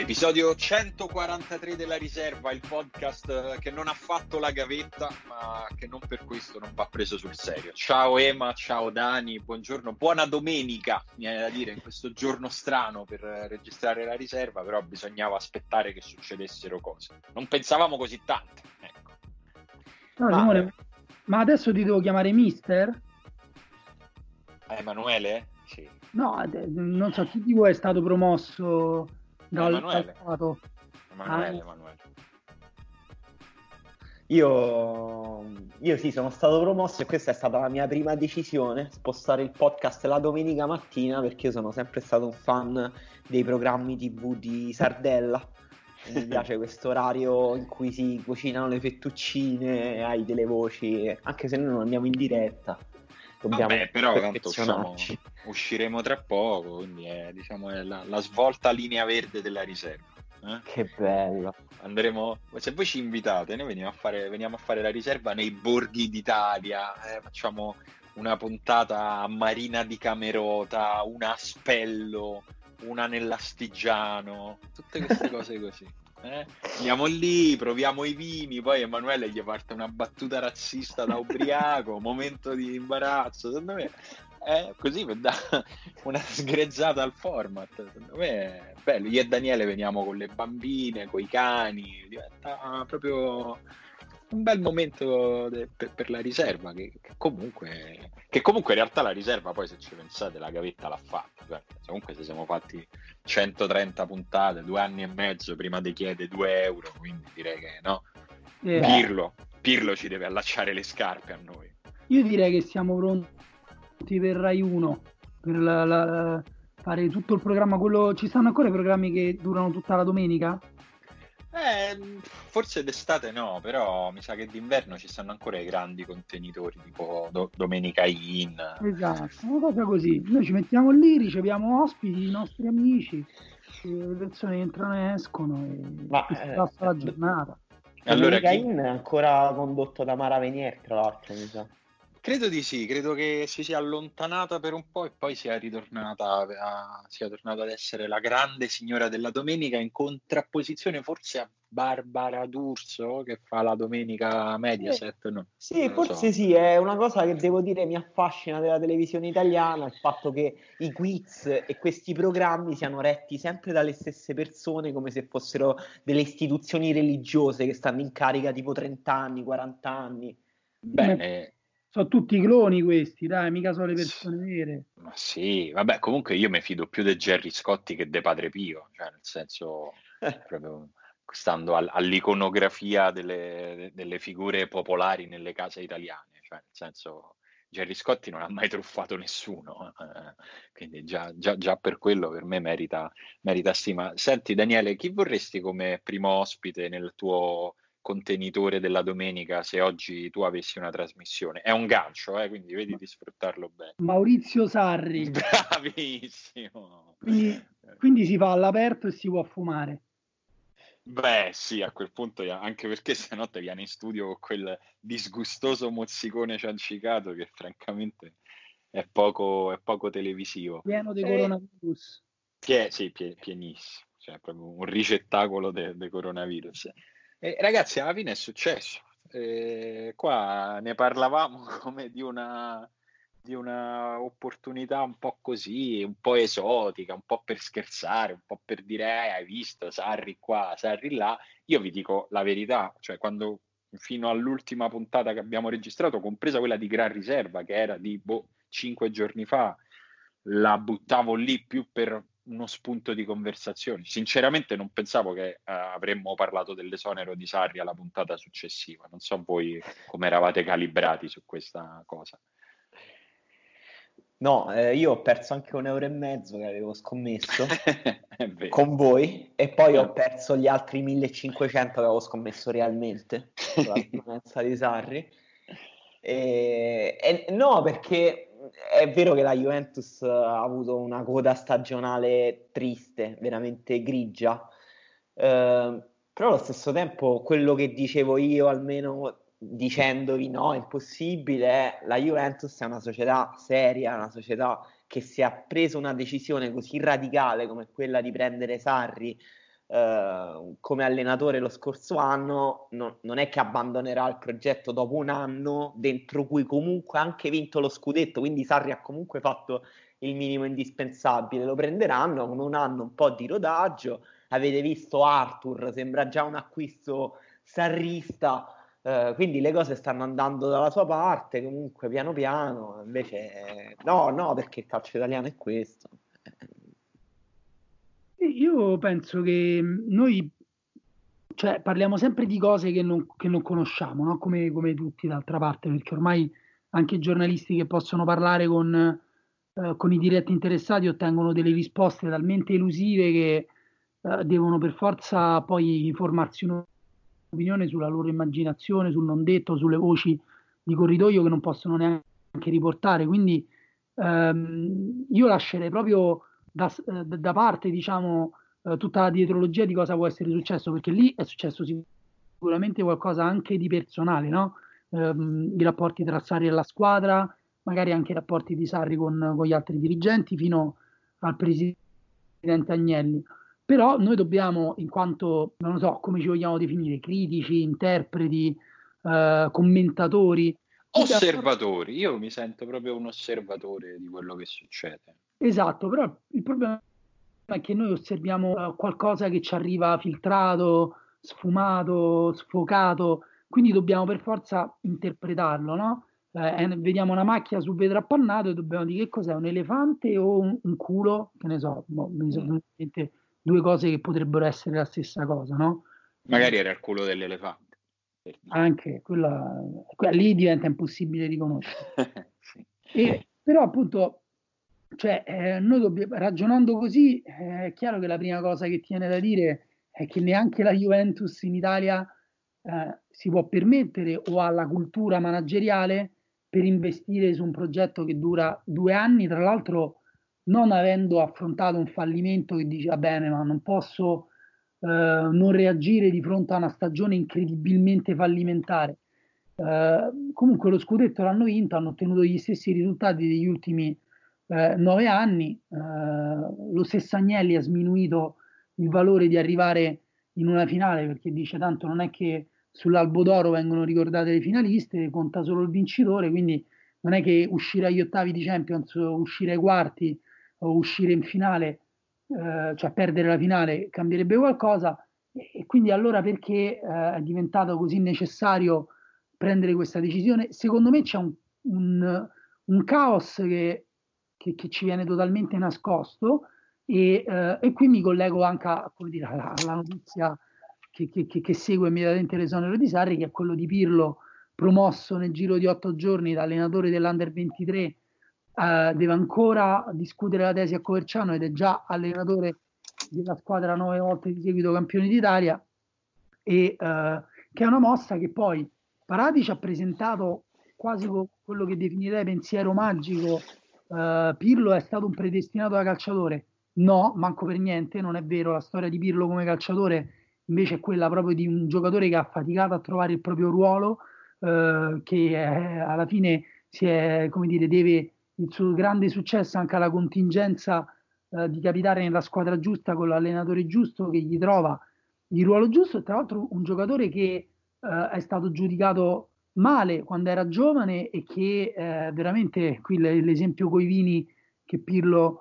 Episodio 143 della Riserva, il podcast che non ha fatto la gavetta, ma che non per questo non va preso sul serio. Ciao Ema, ciao Dani, buongiorno, buona domenica, mi hai da dire, in questo giorno strano per registrare la Riserva, però bisognava aspettare che succedessero cose. Non pensavamo così tante, ecco. No, Simone, ma adesso ti devo chiamare mister? Emanuele? Sì. No, non so, chi di voi è stato promosso dal Emanuele. Stato? Emanuele. Io sì, sono stato promosso e questa è stata la mia prima decisione, spostare il podcast la domenica mattina, perché io sono sempre stato un fan dei programmi TV di Sardella. Mi piace questo orario in cui si cucinano le fettuccine, hai delle voci, anche se noi non andiamo in diretta. Vabbè, però tanto perfezionarci. usciremo tra poco, quindi è la svolta linea verde della Riserva. Che bello. Andremo, se voi ci invitate, noi veniamo a fare la Riserva nei borghi d'Italia, facciamo una puntata a Marina di Camerota, una a Spello, una nell'Astigiano, tutte queste cose così. Andiamo lì, proviamo i vini, poi Emanuele gli parte una battuta razzista da ubriaco, momento di imbarazzo, secondo me così per dare una sgrezzata al format, secondo me è bello. Io e Daniele veniamo con le bambine, con i cani, diventa proprio un bel momento per la Riserva, che comunque in realtà la Riserva, poi se ci pensate, la gavetta l'ha fatta, cioè, comunque se siamo fatti 130 puntate, 2 anni e mezzo, prima di chiede 2 euro, quindi direi che no, Pirlo ci deve allacciare le scarpe a noi. Io direi che siamo pronti per Rai 1, per fare tutto il programma, ci stanno ancora i programmi che durano tutta la domenica? Forse d'estate no, però mi sa che d'inverno ci stanno ancora i grandi contenitori tipo Domenica In. Esatto, una cosa così. Noi ci mettiamo lì, riceviamo ospiti, i nostri amici, le persone entrano e escono e si passa la giornata. Allora, In è ancora condotto da Mara Venier, tra l'altro, mi sa. Credo di sì, credo che si sia allontanata per un po' e poi sia tornata ad essere la grande signora della domenica, in contrapposizione forse a Barbara D'Urso che fa la domenica Mediaset, no? Sì, forse sì, è una cosa che devo dire mi affascina della televisione italiana, il fatto che i quiz e questi programmi siano retti sempre dalle stesse persone, come se fossero delle istituzioni religiose che stanno in carica tipo 30 anni, 40 anni. Bene. Sono tutti cloni questi, dai, mica sono le persone vere. Ma sì, vabbè, comunque io mi fido più di Gerry Scotti che di Padre Pio, cioè nel senso, proprio stando all'iconografia delle figure popolari nelle case italiane, cioè nel senso, Gerry Scotti non ha mai truffato nessuno, quindi già per quello per me merita stima. Senti Daniele, chi vorresti come primo ospite nel tuo contenitore della domenica se oggi tu avessi una trasmissione? È un gancio, quindi vedi di sfruttarlo bene. Maurizio Sarri. Bravissimo. Quindi si fa all'aperto e si può fumare. Beh, sì, a quel punto, anche perché sennò te viene in studio con quel disgustoso mozzicone ciancicato che francamente è poco televisivo. Pieno di coronavirus. Sì, pienissimo, cioè proprio un ricettacolo di coronavirus. Ragazzi, alla fine è successo. Qua ne parlavamo come di una opportunità un po' così, un po' esotica, un po' per scherzare, un po' per dire hai visto Sarri qua, Sarri là. Io vi dico la verità, cioè quando fino all'ultima puntata che abbiamo registrato, compresa quella di Gran Riserva che era di 5 giorni fa, la buttavo lì più per uno spunto di conversazione. Sinceramente non pensavo che avremmo parlato dell'esonero di Sarri alla puntata successiva. Non so voi come eravate calibrati su questa cosa. No, io ho perso anche 1,5 euro che avevo scommesso con voi e poi ho perso gli altri 1.500 che avevo scommesso realmente sulla permanenza di Sarri. No, perché è vero che la Juventus ha avuto una coda stagionale triste, veramente grigia, però allo stesso tempo quello che dicevo io, almeno dicendovi no, è impossibile, la Juventus è una società seria, una società che se ha preso una decisione così radicale come quella di prendere Sarri, come allenatore lo scorso anno, non è che abbandonerà il progetto dopo un anno dentro cui comunque ha anche vinto lo scudetto, quindi Sarri ha comunque fatto il minimo indispensabile. Lo prenderanno con un anno un po' di rodaggio. Avete visto Arthur, sembra già un acquisto sarrista, quindi le cose stanno andando dalla sua parte comunque piano piano. Invece no, perché il calcio italiano è questo. Io penso che noi, cioè, parliamo sempre di cose che non conosciamo, no? Come tutti d'altra parte, perché ormai anche i giornalisti che possono parlare con i diretti interessati ottengono delle risposte talmente elusive che devono per forza poi formarsi un'opinione sulla loro immaginazione, sul non detto, sulle voci di corridoio che non possono neanche riportare. Quindi io lascerei proprio da parte, diciamo, tutta la dietrologia di cosa può essere successo, perché lì è successo sicuramente qualcosa anche di personale, no? I rapporti tra Sarri e la squadra, magari anche i rapporti di Sarri con gli altri dirigenti, fino al presidente Agnelli. Però noi dobbiamo, in quanto, non lo so, come ci vogliamo definire, critici, interpreti, commentatori, Osservatori, io mi sento proprio un osservatore di quello che succede. Esatto, però il problema è che noi osserviamo qualcosa che ci arriva filtrato, sfumato, sfocato, quindi dobbiamo per forza interpretarlo, no? Vediamo una macchia sul vetro appannato e dobbiamo dire che cos'è, un elefante o un culo? Che ne so, mi sono venute due cose che potrebbero essere la stessa cosa, no? Magari era il culo dell'elefante. Anche quella lì diventa impossibile riconoscere. Sì. Però appunto, cioè, noi ragionando così, è chiaro che la prima cosa che tiene da dire è che neanche la Juventus in Italia si può permettere o ha la cultura manageriale per investire su un progetto che dura 2 anni, tra l'altro non avendo affrontato un fallimento che dice va bene, ma non posso non reagire di fronte a una stagione incredibilmente fallimentare. Comunque lo scudetto l'hanno vinto, hanno ottenuto gli stessi risultati degli ultimi 9 anni. Lo stesso Agnelli ha sminuito il valore di arrivare in una finale perché dice tanto non è che sull'Albo d'Oro vengono ricordate le finaliste, conta solo il vincitore, quindi non è che uscire agli ottavi di Champions, uscire ai quarti o uscire in finale, cioè perdere la finale cambierebbe qualcosa, e quindi allora perché è diventato così necessario prendere questa decisione? Secondo me c'è un caos che ci viene totalmente nascosto e qui mi collego anche come dire, alla notizia che segue immediatamente l'esonero di Sarri, che è quello di Pirlo promosso nel giro di 8 giorni da allenatore dell'Under 23. Deve ancora discutere la tesi a Coverciano ed è già allenatore della squadra 9 volte di seguito campione d'Italia, e che è una mossa che poi Paratici ha presentato quasi con quello che definirei pensiero magico. Pirlo è stato un predestinato da calciatore. No, manco per niente, non è vero. La storia di Pirlo come calciatore invece è quella proprio di un giocatore che ha faticato a trovare il proprio ruolo, che alla fine si è, come dire, deve il suo grande successo anche alla contingenza di capitare nella squadra giusta con l'allenatore giusto che gli trova il ruolo giusto. E tra l'altro un giocatore che è stato giudicato male quando era giovane e che veramente qui l'esempio coi vini che Pirlo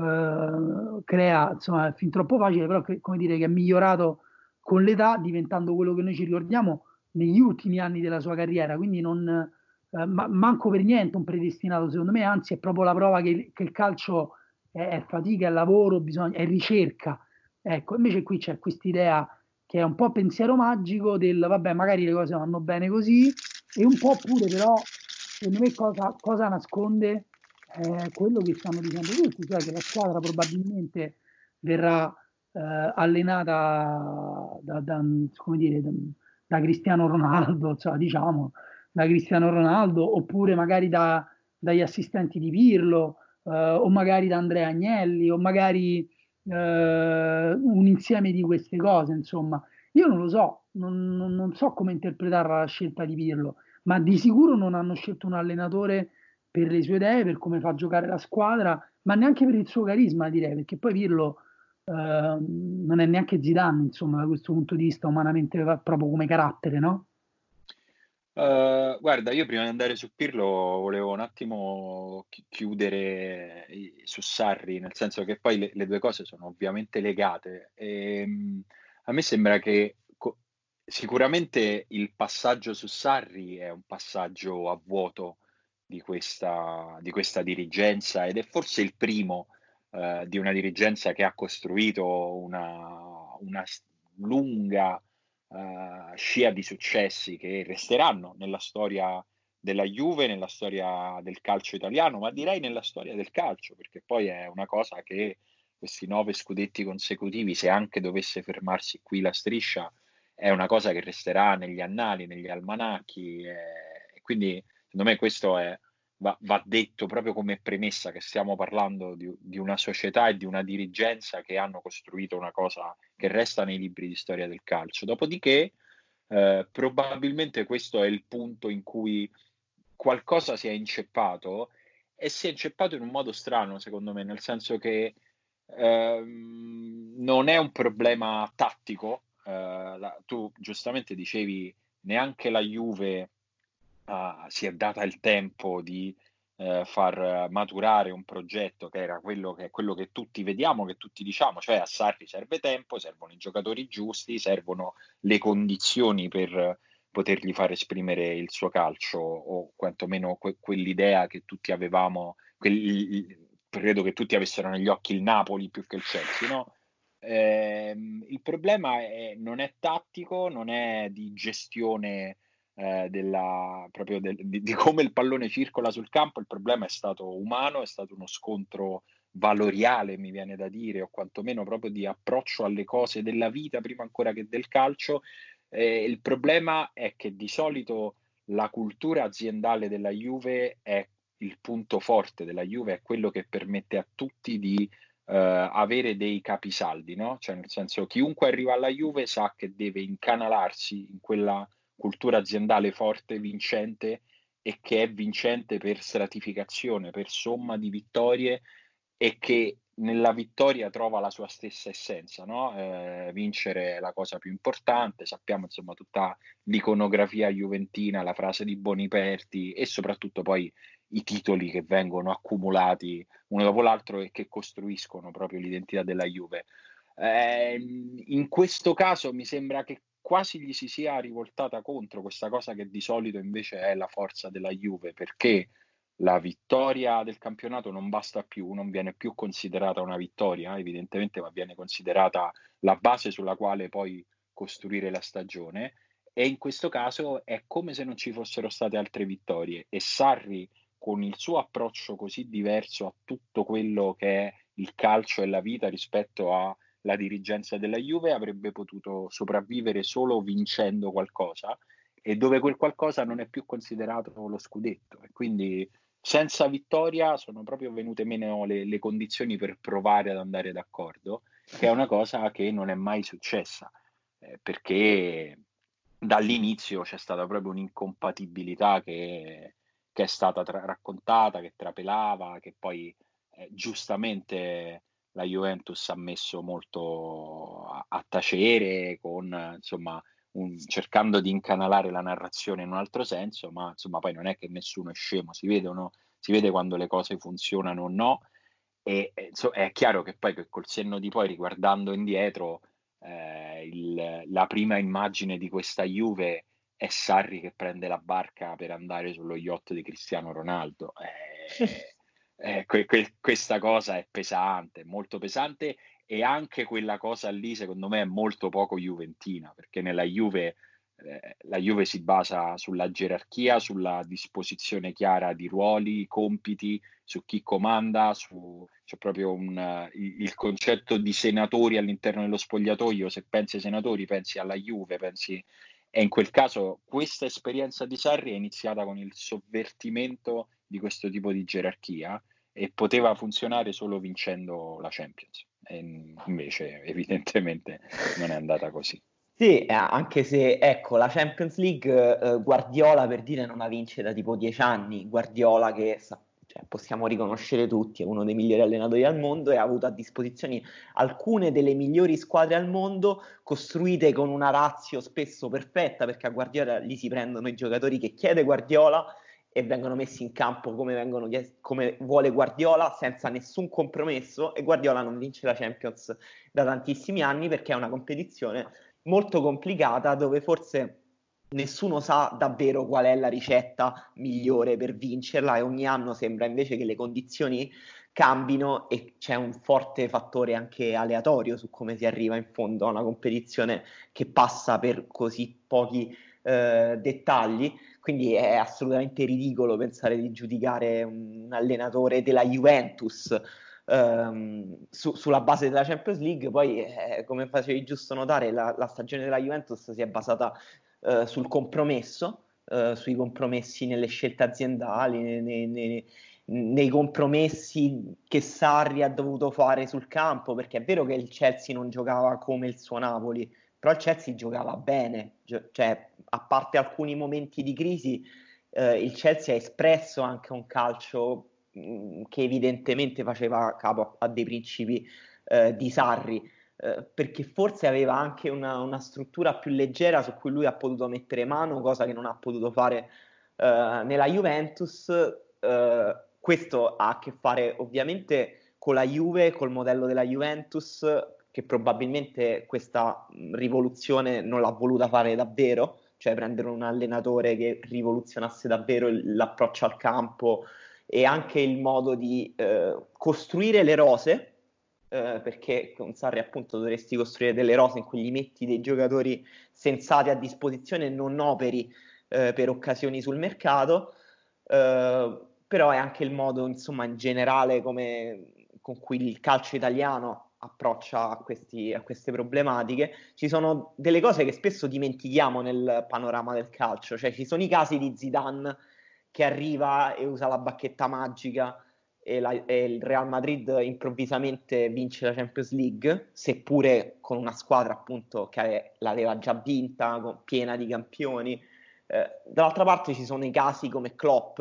crea, insomma, è fin troppo facile, però che, come dire, che è migliorato con l'età, diventando quello che noi ci ricordiamo negli ultimi anni della sua carriera, quindi non manco per niente un predestinato, secondo me, anzi è proprio la prova che il calcio è fatica, è lavoro, è ricerca. Ecco, invece qui c'è quest'idea che è un po' pensiero magico del vabbè, magari le cose vanno bene così, e un po' pure però, secondo me, cosa nasconde quello che stanno dicendo tutti, cioè che la squadra probabilmente verrà allenata come dire, da Cristiano Ronaldo, insomma, diciamo, da Cristiano Ronaldo, oppure magari dagli assistenti di Pirlo, o magari da Andrea Agnelli, o magari un insieme di queste cose, insomma. Io non lo so, non so come interpretarla la scelta di Pirlo, ma di sicuro non hanno scelto un allenatore per le sue idee, per come fa giocare la squadra, ma neanche per il suo carisma, direi, perché poi Pirlo non è neanche Zidane, insomma, da questo punto di vista, umanamente, proprio come carattere, no? Guarda, io prima di andare su Pirlo volevo un attimo chiudere su Sarri, nel senso che poi le due cose sono ovviamente legate. A me sembra che sicuramente il passaggio su Sarri è un passaggio a vuoto di questa dirigenza, ed è forse il primo di una dirigenza che ha costruito una lunga scia di successi che resteranno nella storia della Juve, nella storia del calcio italiano, ma direi nella storia del calcio, perché poi è una cosa che questi 9 scudetti consecutivi, se anche dovesse fermarsi qui la striscia, è una cosa che resterà negli annali, negli almanacchi, e quindi secondo me questo va detto proprio come premessa, che stiamo parlando di una società e di una dirigenza che hanno costruito una cosa che resta nei libri di storia del calcio. Dopodiché, probabilmente questo è il punto in cui qualcosa si è inceppato, e si è inceppato in un modo strano, secondo me, nel senso che non è un problema tattico. Tu giustamente dicevi, neanche la Juve si è data il tempo di far maturare un progetto che era quello che tutti vediamo, che tutti diciamo, cioè a Sarri serve tempo, servono i giocatori giusti, servono le condizioni per potergli far esprimere il suo calcio, o quantomeno quell'idea che tutti avevamo, credo che tutti avessero negli occhi il Napoli più che il Chelsea, no? Il problema non è tattico, non è di gestione proprio di come il pallone circola sul campo. Il problema è stato umano, è stato uno scontro valoriale, mi viene da dire, o quantomeno proprio di approccio alle cose della vita prima ancora che del calcio. Il problema è che di solito la cultura aziendale della Juve è il punto forte della Juve, è quello che permette a tutti di avere dei capisaldi, no? Cioè, nel senso, chiunque arriva alla Juve sa che deve incanalarsi in quella cultura aziendale forte, vincente, e che è vincente per stratificazione, per somma di vittorie, e che nella vittoria trova la sua stessa essenza, no? Vincere è la cosa più importante, sappiamo insomma tutta l'iconografia juventina, la frase di Boniperti, e soprattutto poi i titoli che vengono accumulati uno dopo l'altro e che costruiscono proprio l'identità della Juve. In questo caso mi sembra che quasi gli si sia rivoltata contro questa cosa che di solito invece è la forza della Juve, perché la vittoria del campionato non basta più, non viene più considerata una vittoria, evidentemente, ma viene considerata la base sulla quale poi costruire la stagione, e in questo caso è come se non ci fossero state altre vittorie, e Sarri, con il suo approccio così diverso a tutto quello che è il calcio e la vita rispetto alla dirigenza della Juve, avrebbe potuto sopravvivere solo vincendo qualcosa, e dove quel qualcosa non è più considerato lo scudetto, e quindi senza vittoria sono proprio venute meno le condizioni per provare ad andare d'accordo, che è una cosa che non è mai successa, perché dall'inizio c'è stata proprio un'incompatibilità che è stata raccontata, che trapelava, che poi giustamente la Juventus ha messo molto a tacere, con insomma cercando di incanalare la narrazione in un altro senso, ma insomma poi non è che nessuno è scemo, si vede quando le cose funzionano o no, e è chiaro che poi col senno di poi, riguardando indietro, la prima immagine di questa Juve è Sarri che prende la barca per andare sullo yacht di Cristiano Ronaldo. Questa cosa è pesante, molto pesante, e anche quella cosa lì secondo me è molto poco juventina, perché nella Juve la Juve si basa sulla gerarchia, sulla disposizione chiara di ruoli, compiti, su chi comanda, c'è proprio il concetto di senatori all'interno dello spogliatoio. Se pensi ai senatori pensi alla Juve, e in quel caso questa esperienza di Sarri è iniziata con il sovvertimento di questo tipo di gerarchia, e poteva funzionare solo vincendo la Champions, e invece evidentemente non è andata così. Sì, anche se ecco, la Champions League, Guardiola per dire non la vince da tipo 10 anni, Guardiola che cioè, possiamo riconoscere tutti, è uno dei migliori allenatori al mondo e ha avuto a disposizione alcune delle migliori squadre al mondo, costruite con una ratio spesso perfetta, perché a Guardiola gli si prendono i giocatori che chiede Guardiola e vengono messi in campo come vuole Guardiola, senza nessun compromesso, e Guardiola non vince la Champions da tantissimi anni perché è una competizione molto complicata dove forse nessuno sa davvero qual è la ricetta migliore per vincerla, e ogni anno sembra invece che le condizioni cambino e c'è un forte fattore anche aleatorio su come si arriva in fondo a una competizione che passa per così pochi dettagli. Quindi è assolutamente ridicolo pensare di giudicare un allenatore della Juventus sulla base della Champions League. Poi, come facevi giusto notare, la stagione della Juventus si è basata sul compromesso, sui compromessi nelle scelte aziendali, nei compromessi che Sarri ha dovuto fare sul campo, perché è vero che il Chelsea non giocava come il suo Napoli, però il Chelsea giocava bene, cioè a parte alcuni momenti di crisi, il Chelsea ha espresso anche un calcio che evidentemente faceva capo a dei principi di Sarri, perché forse aveva anche una struttura più leggera su cui lui ha potuto mettere mano, cosa che non ha potuto fare nella Juventus. Questo ha a che fare ovviamente con la Juve, col modello della Juventus, che probabilmente questa rivoluzione non l'ha voluta fare davvero, cioè prendere un allenatore che rivoluzionasse davvero l'approccio al campo e anche il modo di costruire le rose, perché con Sarri appunto dovresti costruire delle rose in cui gli metti dei giocatori sensati a disposizione e non operi per occasioni sul mercato, però è anche il modo, insomma, in generale con cui il calcio italiano approccia a queste problematiche. Ci sono delle cose che spesso dimentichiamo nel panorama del calcio, cioè ci sono i casi di Zidane che arriva e usa la bacchetta magica e il Real Madrid improvvisamente vince la Champions League, seppure con una squadra appunto che l'aveva già vinta, piena di campioni. Dall'altra parte ci sono i casi come Klopp,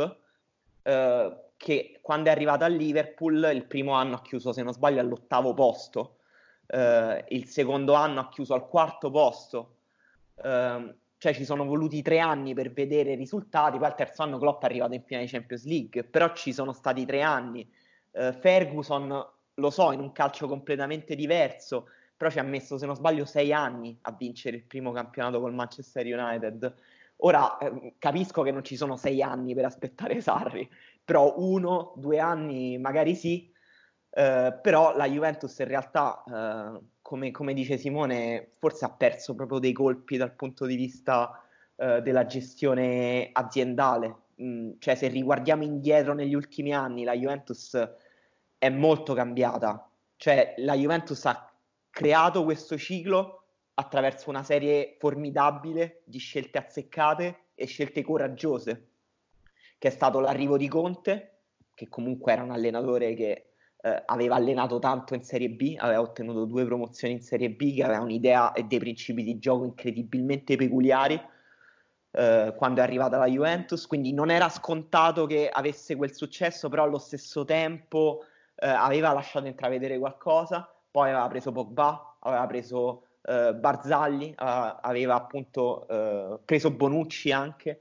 che quando è arrivato a Liverpool il primo anno ha chiuso, se non sbaglio, all'8° posto, il secondo anno ha chiuso al 4° posto, cioè ci sono voluti 3 anni per vedere i risultati. Poi al terzo anno Klopp è arrivato in finale di Champions League, però ci sono stati 3 anni. Ferguson, lo so, in un calcio completamente diverso, però ci ha messo, se non sbaglio, 6 anni a vincere il primo campionato col Manchester United. Ora capisco che non ci sono 6 anni per aspettare Sarri, però 1, 2 anni magari sì. Però la Juventus in realtà, come dice Simone, forse ha perso proprio dei colpi dal punto di vista della gestione aziendale. Cioè, se riguardiamo indietro negli ultimi anni, la Juventus è molto cambiata. Cioè, la Juventus ha creato questo ciclo attraverso una serie formidabile di scelte azzeccate e scelte coraggiose, che è stato l'arrivo di Conte, che comunque era un allenatore che aveva allenato tanto in Serie B, aveva ottenuto 2 promozioni in Serie B, che aveva un'idea e dei principi di gioco incredibilmente peculiari quando è arrivata la Juventus, quindi non era scontato che avesse quel successo, però allo stesso tempo aveva lasciato intravedere qualcosa. Poi aveva preso Pogba, aveva preso Barzagli, aveva appunto preso Bonucci anche,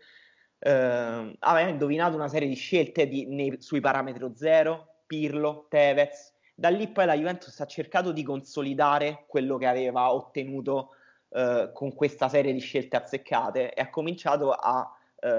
aveva indovinato una serie di scelte sui parametro zero, Pirlo, Tevez. Da lì poi la Juventus ha cercato di consolidare quello che aveva ottenuto con questa serie di scelte azzeccate e ha cominciato a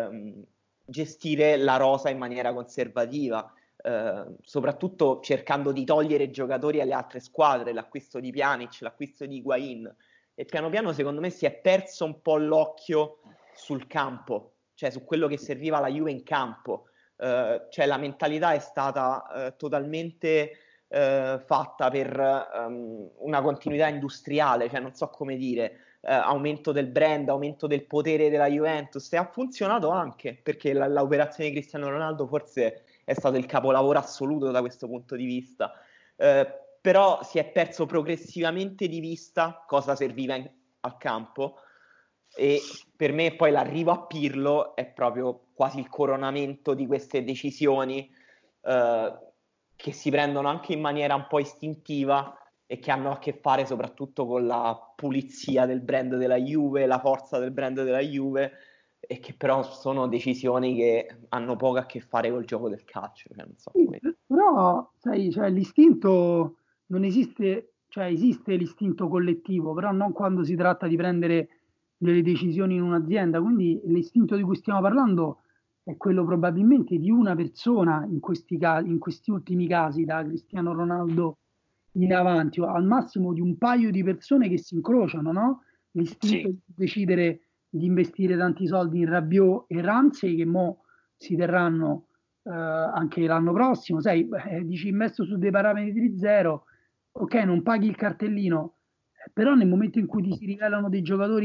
gestire la rosa in maniera conservativa, soprattutto cercando di togliere giocatori alle altre squadre, l'acquisto di Pjanic, l'acquisto di Higuain, e piano piano secondo me si è perso un po' l'occhio sul campo, cioè su quello che serviva alla Juve in campo. Cioè la mentalità è stata totalmente fatta per una continuità industriale, cioè non so come dire, aumento del brand, aumento del potere della Juventus, e ha funzionato anche perché l'operazione di Cristiano Ronaldo forse è stato il capolavoro assoluto da questo punto di vista, però si è perso progressivamente di vista cosa serviva al campo. E per me poi l'arrivo a Pirlo è proprio quasi il coronamento di queste decisioni che si prendono anche in maniera un po' istintiva e che hanno a che fare soprattutto con la pulizia del brand della Juve, la forza del brand della Juve, e che però sono decisioni che hanno poco a che fare col gioco del calcio, cioè, non so Sì, come... però, sai, cioè, l'istinto non esiste, cioè esiste l'istinto collettivo, però non quando si tratta di prendere delle decisioni in un'azienda. Quindi l'istinto di cui stiamo parlando è quello probabilmente di una persona in questi casi, in questi ultimi casi, da Cristiano Ronaldo in avanti, o al massimo di un paio di persone che si incrociano, no? L'istinto Sì, di decidere di investire tanti soldi in Rabiot e Ramsey, che mo si terranno anche l'anno prossimo, sai, dici investo su dei parametri zero, ok, non paghi il cartellino, però nel momento in cui ti si rivelano dei giocatori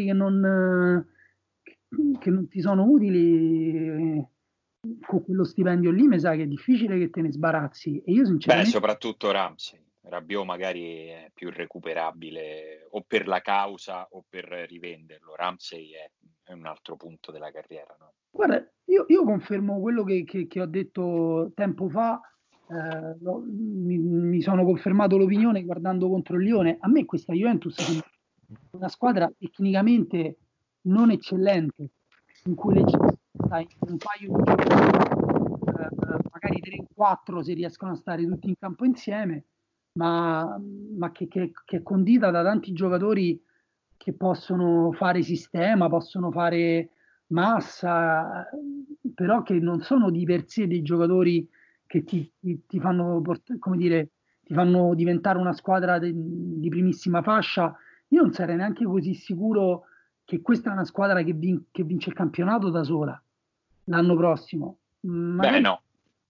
che non ti sono utili, con quello stipendio lì, mi sa che è difficile che te ne sbarazzi. E io beh, sinceramente, soprattutto Ramsey. Rabiot magari è più recuperabile o per la causa o per rivenderlo. Ramsey è un altro punto della carriera, no? guarda, io confermo quello che ho detto tempo fa, mi sono confermato l'opinione guardando contro il Lione. A me questa Juventus sembra una squadra tecnicamente non eccellente, in cui l'eccellenza in un paio di giocatori, magari 3-4 se riescono a stare tutti in campo insieme, ma che è condita da tanti giocatori che possono fare sistema, possono fare massa, però che non sono di per sé dei giocatori che ti fanno, come dire, ti fanno diventare una squadra di primissima fascia. Io non sarei neanche così sicuro che questa è una squadra che vince il campionato da sola l'anno prossimo. Beh, Magari, no.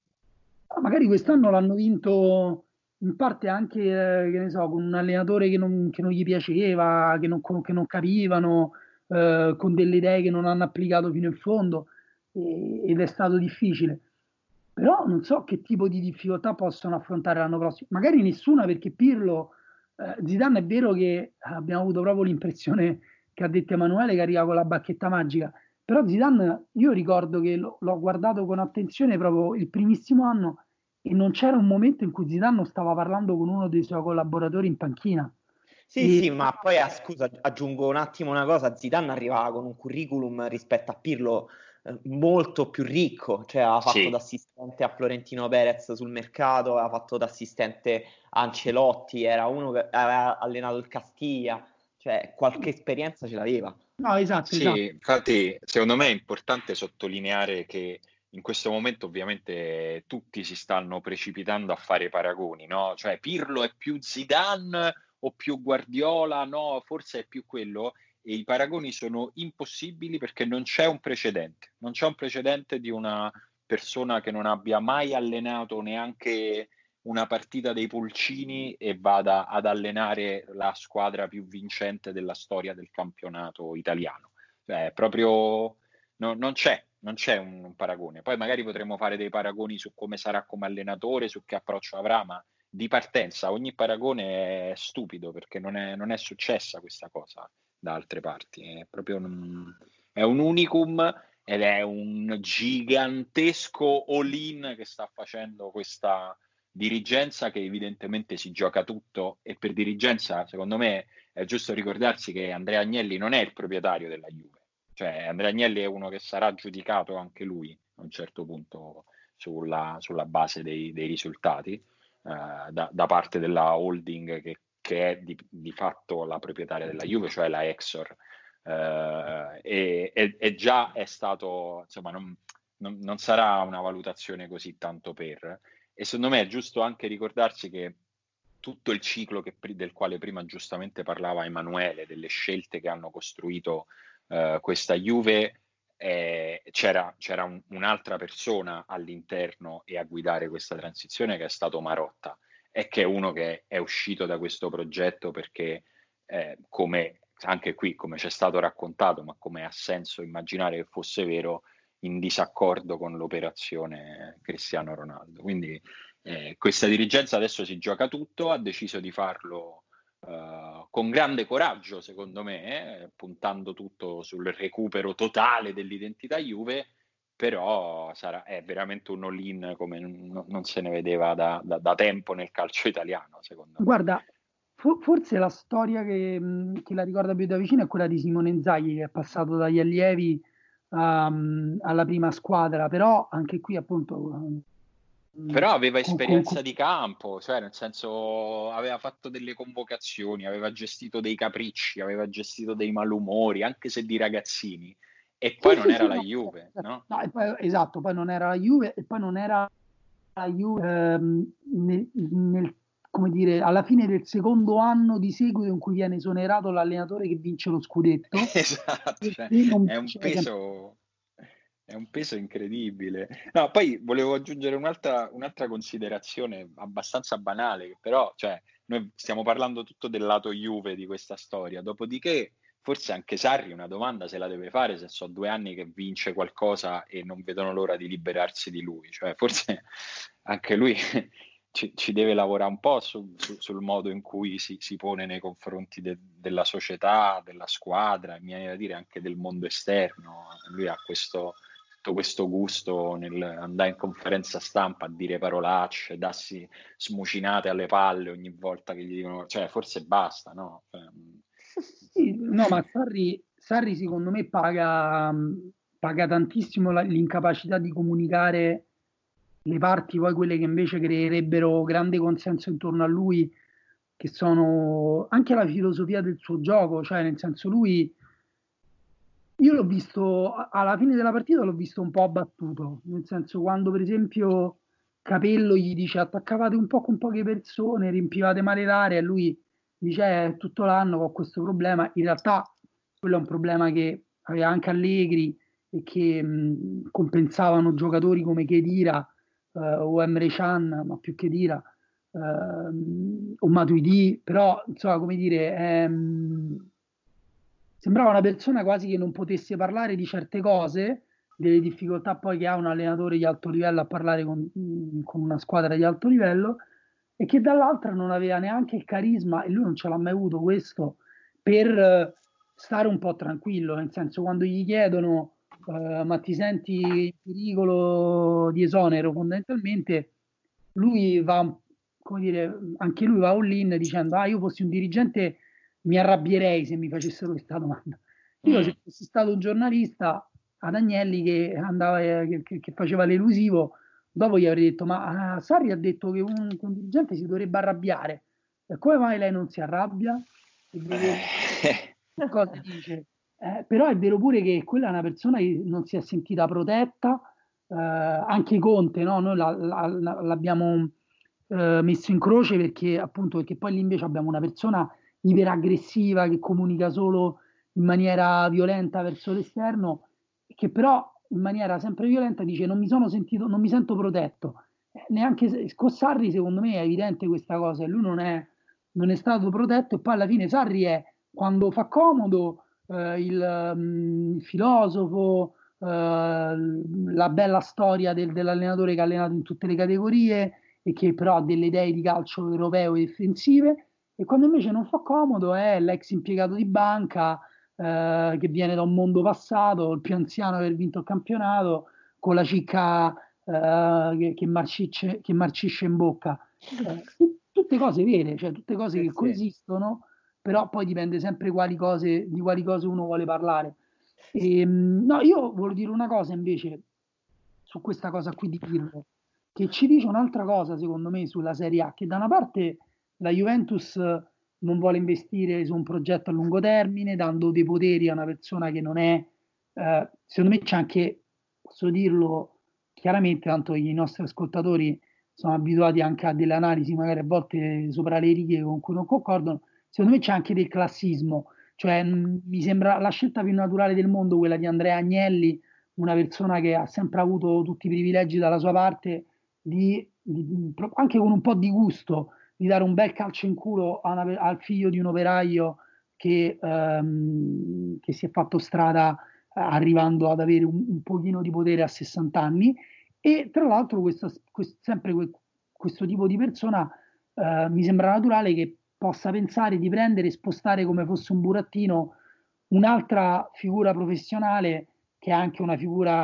magari quest'anno l'hanno vinto in parte anche, che ne so, con un allenatore che non gli piaceva, che non capivano, con delle idee che non hanno applicato fino in fondo, ed è stato difficile. Però non so che tipo di difficoltà possono affrontare l'anno prossimo. Magari nessuna, perché Pirlo, Zidane è vero che abbiamo avuto proprio l'impressione che ha detto Emanuele che arriva con la bacchetta magica, però Zidane, io ricordo che l'ho guardato con attenzione proprio il primissimo anno e non c'era un momento in cui Zidane non stava parlando con uno dei suoi collaboratori in panchina. Sì, E sì, ma poi scusa, aggiungo un attimo una cosa, Zidane arrivava con un curriculum rispetto a Pirlo molto più ricco, cioè aveva fatto da Sì, assistente a Florentino Perez sul mercato, aveva fatto da assistente a Ancelotti, era uno che aveva allenato il Castiglia, cioè qualche esperienza ce l'aveva. no, esatto, esatto. sì, infatti secondo me è importante sottolineare che in questo momento ovviamente tutti si stanno precipitando a fare paragoni, no? Cioè Pirlo è più Zidane o più Guardiola? No, forse è più quello. E i paragoni sono impossibili perché non c'è un precedente. Non c'è un precedente di una persona che non abbia mai allenato neanche una partita dei pulcini e vada ad allenare la squadra più vincente della storia del campionato italiano. Cioè, proprio non c'è un paragone. Poi magari potremmo fare dei paragoni su come sarà come allenatore, su che approccio avrà, ma di partenza ogni paragone è stupido perché non è successa questa cosa da altre parti. È un unicum ed è un gigantesco all-in che sta facendo questa dirigenza che evidentemente si gioca tutto e per dirigenza, secondo me, è giusto ricordarsi che Andrea Agnelli non è il proprietario della Juve, cioè Andrea Agnelli è uno che sarà giudicato anche lui a un certo punto sulla base dei risultati da parte della holding che è di fatto la proprietaria della Juve, cioè la Exor. E già è stato, insomma, non sarà una valutazione così tanto per. E secondo me è giusto anche ricordarsi che tutto il ciclo del quale prima giustamente parlava Emanuele, delle scelte che hanno costruito questa Juve, c'era un'altra persona all'interno e a guidare questa transizione che è stato Marotta e che è uno che è uscito da questo progetto perché come anche qui, come ci è stato raccontato, ma come ha senso immaginare che fosse vero, in disaccordo con l'operazione Cristiano Ronaldo. Quindi questa dirigenza adesso si gioca tutto, ha deciso di farlo con grande coraggio, secondo me, puntando tutto sul recupero totale dell'identità Juve, però è veramente un all-in come non se ne vedeva da tempo nel calcio italiano, secondo me. Guarda, forse la storia che la ricorda più da vicino è quella di Simone Inzaghi, che è passato dagli allievi alla prima squadra, però anche qui appunto Però aveva esperienza di campo, cioè nel senso aveva fatto delle convocazioni, aveva gestito dei capricci, aveva gestito dei malumori, anche se di ragazzini, e poi non era la no, Juve, no? no, e poi, esatto, poi non era la Juve e poi non era la Juve come dire, alla fine del secondo anno di seguito in cui viene esonerato l'allenatore che vince lo scudetto. Esatto, cioè, E non è un vince sempre. peso, è un peso incredibile. No, poi volevo aggiungere un'altra considerazione abbastanza banale, che però, cioè, noi stiamo parlando tutto del lato Juve di questa storia, dopodiché forse anche Sarri una domanda se la deve fare se so 2 anni che vince qualcosa e non vedono l'ora di liberarsi di lui, cioè forse anche lui ci deve lavorare un po' sul modo in cui si pone nei confronti della società, della squadra, mi viene da dire anche del mondo esterno. Lui ha tutto questo gusto nel andare in conferenza stampa a dire parolacce, darsi smucinate alle palle ogni volta che gli dicono, cioè forse basta, no? Sì, no, ma Sarri secondo me paga tantissimo l'incapacità di comunicare le parti, poi quelle che invece creerebbero grande consenso intorno a lui, che sono anche la filosofia del suo gioco, cioè nel senso lui, io l'ho visto alla fine della partita, l'ho visto un po' abbattuto, nel senso quando per esempio Capello gli dice attaccavate un po' con poche persone, riempivate male l'area e lui dice tutto l'anno ho questo problema, in realtà quello è un problema che aveva anche Allegri e che compensavano giocatori come Khedira o Emre Can, ma più Khedira o Matuidi, però insomma come dire sembrava una persona quasi che non potesse parlare di certe cose, delle difficoltà poi che ha un allenatore di alto livello a parlare con una squadra di alto livello, e che dall'altra non aveva neanche il carisma, e lui non ce l'ha mai avuto questo, per stare un po' tranquillo, nel senso quando gli chiedono ma ti senti in pericolo di esonero, fondamentalmente lui va, come dire, anche lui va all-in dicendo io fossi un dirigente mi arrabbierei se mi facessero questa domanda. Io se fossi stato un giornalista ad Agnelli che andava, che faceva l'elusivo, dopo gli avrei detto ma Sarri ha detto che un dirigente si dovrebbe arrabbiare, e come mai lei non si arrabbia? Cosa dice? Però è vero pure che quella è una persona che non si è sentita protetta, anche Conte, no? Noi l'abbiamo messo in croce perché appunto perché poi lì invece abbiamo una persona iperaggressiva che comunica solo in maniera violenta verso l'esterno, che però in maniera sempre violenta dice non mi sento protetto. Neanche con Sarri secondo me è evidente questa cosa, e lui non è stato protetto, e poi alla fine Sarri è, quando fa comodo, il filosofo, la bella storia dell'allenatore che ha allenato in tutte le categorie e che però ha delle idee di calcio europeo e difensive, e quando invece non fa comodo è l'ex impiegato di banca che viene da un mondo passato, il più anziano ad aver vinto il campionato, con la cicca che marcisce in bocca. Tutte cose vere, cioè tutte cose che coesistono, però poi dipende sempre di quali cose uno vuole parlare. No, io voglio dire una cosa invece su questa cosa qui di Pirlo, che ci dice un'altra cosa secondo me sulla Serie A, che da una parte la Juventus non vuole investire su un progetto a lungo termine, dando dei poteri a una persona che non è, secondo me c'è anche, posso dirlo chiaramente, tanto i nostri ascoltatori sono abituati anche a delle analisi magari a volte sopra le righe con cui non concordano, secondo me c'è anche del classismo, cioè mi sembra la scelta più naturale del mondo quella di Andrea Agnelli, una persona che ha sempre avuto tutti i privilegi dalla sua parte, anche con un po' di gusto, di dare un bel calcio in culo al figlio di un operaio che si è fatto strada arrivando ad avere un pochino di potere a 60 anni, e tra l'altro sempre questo tipo di persona mi sembra naturale che possa pensare di prendere e spostare come fosse un burattino un'altra figura professionale che è anche una figura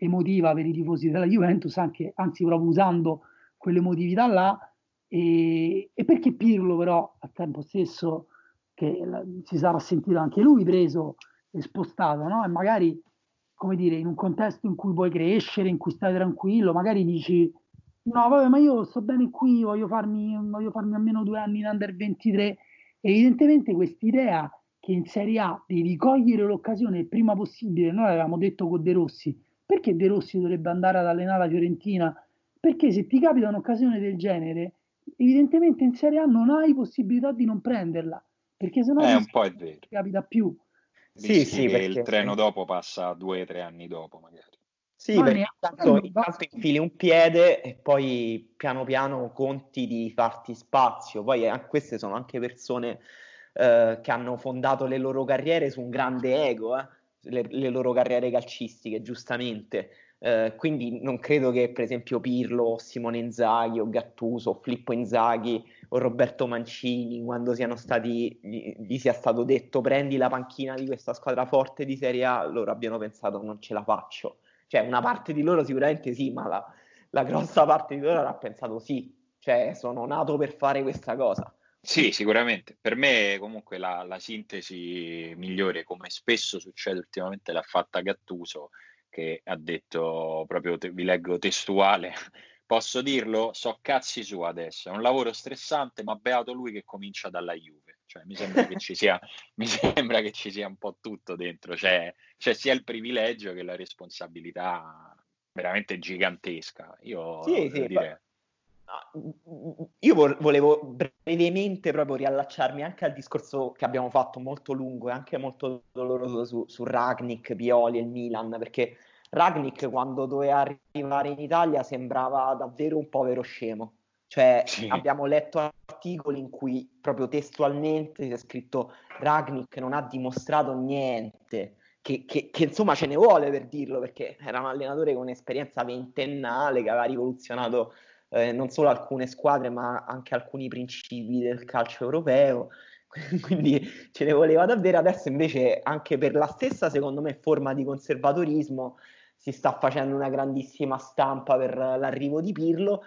emotiva per i tifosi della Juventus, anzi proprio usando quell'emotività là, e perché Pirlo però al tempo stesso si sarà sentito anche lui preso e spostato, no? E magari, come dire, in un contesto in cui puoi crescere, in cui stai tranquillo, magari dici no, vabbè, ma io sto bene qui, voglio farmi almeno 2 anni in Under 23. Evidentemente quest'idea che in Serie A devi cogliere l'occasione il prima possibile, noi avevamo detto con De Rossi, perché De Rossi dovrebbe andare ad allenare la Fiorentina? Perché se ti capita un'occasione del genere, evidentemente in Serie A non hai possibilità di non prenderla, perché sennò Un rischi po' è che non vero. ti capita più. Sì, Rischi sì, che il perché treno dopo passa 2 o 3 anni dopo, magari. sì, No, perché magari non va. intanto infili un piede e poi piano piano conti di farti spazio. Poi queste sono anche persone che hanno fondato le loro carriere su un grande ego, le loro carriere calcistiche, giustamente. Quindi non credo che per esempio Pirlo, o Simone Inzaghi o Gattuso o Filippo Inzaghi o Roberto Mancini, quando gli sia stato detto prendi la panchina di questa squadra forte di Serie A, loro abbiano pensato non ce la faccio. Cioè, una parte di loro sicuramente sì, ma la grossa parte di loro avrà pensato sì, cioè sono nato per fare questa cosa. Sì, sicuramente. Per me comunque la sintesi migliore, come spesso succede ultimamente, l'ha fatta Gattuso, che ha detto proprio, vi leggo testuale, posso dirlo, so cazzi su adesso, è un lavoro stressante, ma beato lui che comincia dalla Juve. Cioè, mi sembra che ci sia, mi sembra che ci sia un po' tutto dentro, c'è sia il privilegio che la responsabilità veramente gigantesca. Io Sì, devo sì, dire, io volevo brevemente proprio riallacciarmi anche al discorso che abbiamo fatto molto lungo e anche molto doloroso su Rangnick, Pioli e il Milan, perché Rangnick quando doveva arrivare in Italia sembrava davvero un povero scemo. Cioè, sì. abbiamo letto articoli in cui proprio testualmente si è scritto Rangnick non ha dimostrato niente, che insomma ce ne vuole per dirlo, perché era un allenatore con un'esperienza ventennale che aveva rivoluzionato non solo alcune squadre, ma anche alcuni principi del calcio europeo. Quindi ce ne voleva davvero. Adesso invece, anche per la stessa, secondo me, forma di conservatorismo, si sta facendo una grandissima stampa per l'arrivo di Pirlo,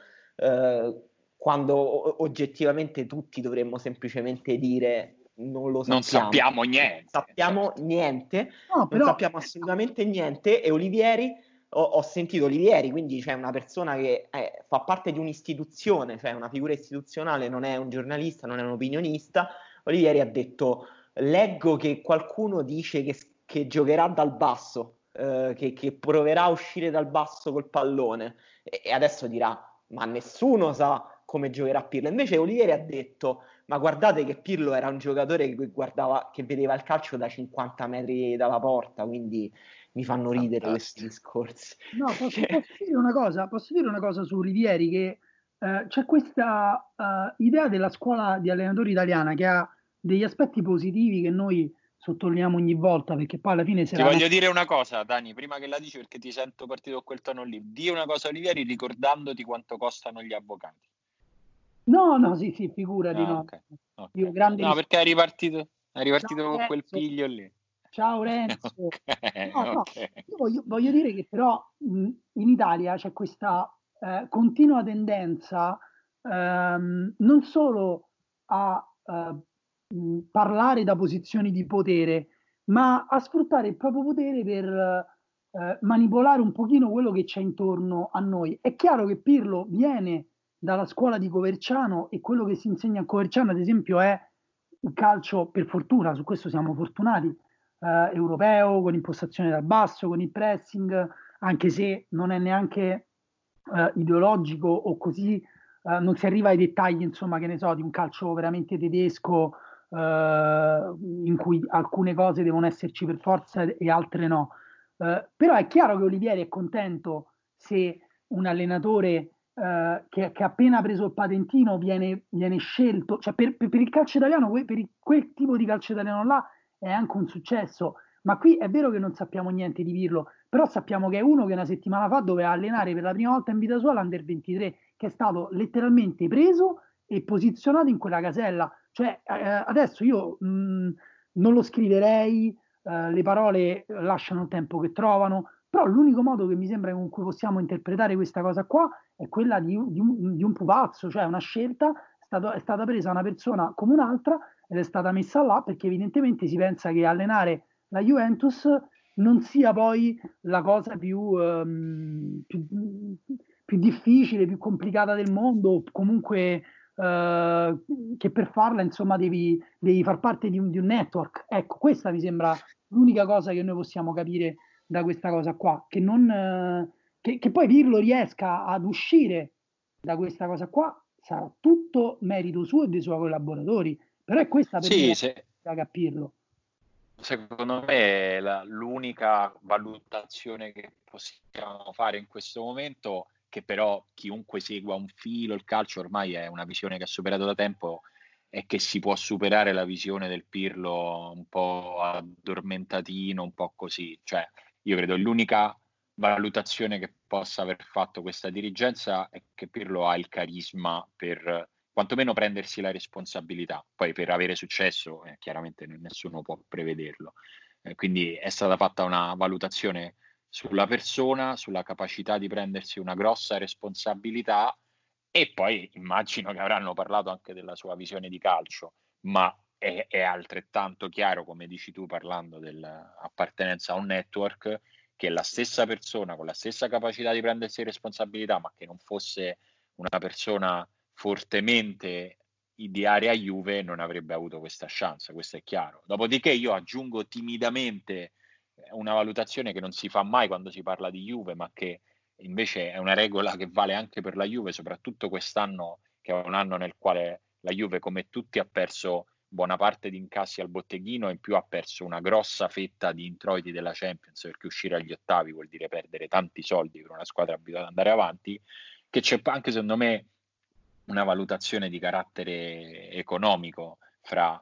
quando oggettivamente tutti dovremmo semplicemente dire non lo Non sappiamo. sappiamo Non niente, sappiamo certo. niente, No, non però sappiamo assolutamente niente. E Olivieri, ho sentito Olivieri, quindi c'è una persona che fa parte di un'istituzione, cioè una figura istituzionale, non è un giornalista, non è un opinionista. Olivieri ha detto: leggo che qualcuno dice che giocherà dal basso, che proverà a uscire dal basso col pallone, e adesso dirà: ma nessuno sa come giocherà Pirlo. Invece Olivieri ha detto: ma guardate che Pirlo era un giocatore che vedeva il calcio da 50 metri dalla porta, quindi mi fanno ridere questi Fantastico. discorsi. no, posso dire una cosa su Rivieri, che c'è questa idea della scuola di allenatori italiana che ha degli aspetti positivi che noi sottolineiamo ogni volta, perché poi alla fine Ti sarà. voglio dire una cosa, Dani, prima che la dici perché ti sento partito con quel tono lì. Di una cosa a Olivieri ricordandoti quanto costano gli avvocati. No, no, sì, sì, figurati, Ah, no. ok, ok. Io grande No, perché rispetto. hai Ciao ripartito con quel Renzo, piglio lì. ciao Renzo. Ok, No, no, ok. io voglio dire che però in Italia c'è questa continua tendenza non solo a parlare da posizioni di potere, ma a sfruttare il proprio potere per manipolare un pochino quello che c'è intorno a noi. È chiaro che Pirlo viene dalla scuola di Coverciano e quello che si insegna a Coverciano, ad esempio, è il calcio, per fortuna, su questo siamo fortunati, europeo, con impostazione dal basso, con il pressing, anche se non è neanche ideologico o così, non si arriva ai dettagli, insomma, che ne so, di un calcio veramente tedesco, in cui alcune cose devono esserci per forza e altre no. Però è chiaro che Olivieri è contento se un allenatore che ha appena preso il patentino viene scelto, cioè per il calcio italiano, quel tipo di calcio italiano là è anche un successo. Ma qui è vero che non sappiamo niente di Pirlo, però sappiamo che è uno che una settimana fa doveva allenare per la prima volta in vita sua l'Under 23, che è stato letteralmente preso e posizionato in quella casella. Cioè, adesso io non lo scriverei, le parole lasciano il tempo che trovano, Però l'unico modo che mi sembra con cui possiamo interpretare questa cosa qua è quella di un pupazzo, cioè una scelta, è stata presa una persona come un'altra ed è stata messa là perché evidentemente si pensa che allenare la Juventus non sia poi la cosa più difficile, più complicata del mondo, o comunque che per farla, insomma, devi far parte di un network. Ecco, questa mi sembra l'unica cosa che noi possiamo capire da questa cosa qua, che poi Pirlo riesca ad uscire da questa cosa qua sarà tutto merito suo e dei suoi collaboratori, però è questa per me Sì, la che Pirlo. secondo me l'unica valutazione che possiamo fare in questo momento, che però chiunque segua un filo il calcio ormai è una visione che ha superato da tempo, è che si può superare la visione del Pirlo un po' addormentatino, un po' così. Cioè, io credo l'unica valutazione che possa aver fatto questa dirigenza è che Pirlo ha il carisma per quantomeno prendersi la responsabilità. Poi per avere successo, chiaramente nessuno può prevederlo. Quindi è stata fatta una valutazione sulla persona, sulla capacità di prendersi una grossa responsabilità, e poi immagino che avranno parlato anche della sua visione di calcio, ma è altrettanto chiaro, come dici tu parlando dell'appartenenza a un network, che la stessa persona con la stessa capacità di prendersi responsabilità, ma che non fosse una persona fortemente idearia a Juve, non avrebbe avuto questa chance, questo è chiaro. Dopodiché io aggiungo timidamente una valutazione che non si fa mai quando si parla di Juve, ma che invece è una regola che vale anche per la Juve, soprattutto quest'anno, che è un anno nel quale la Juve, come tutti, ha perso buona parte di incassi al botteghino, e in più ha perso una grossa fetta di introiti della Champions, perché uscire agli ottavi vuol dire perdere tanti soldi per una squadra abituata ad andare avanti, che c'è anche secondo me una valutazione di carattere economico fra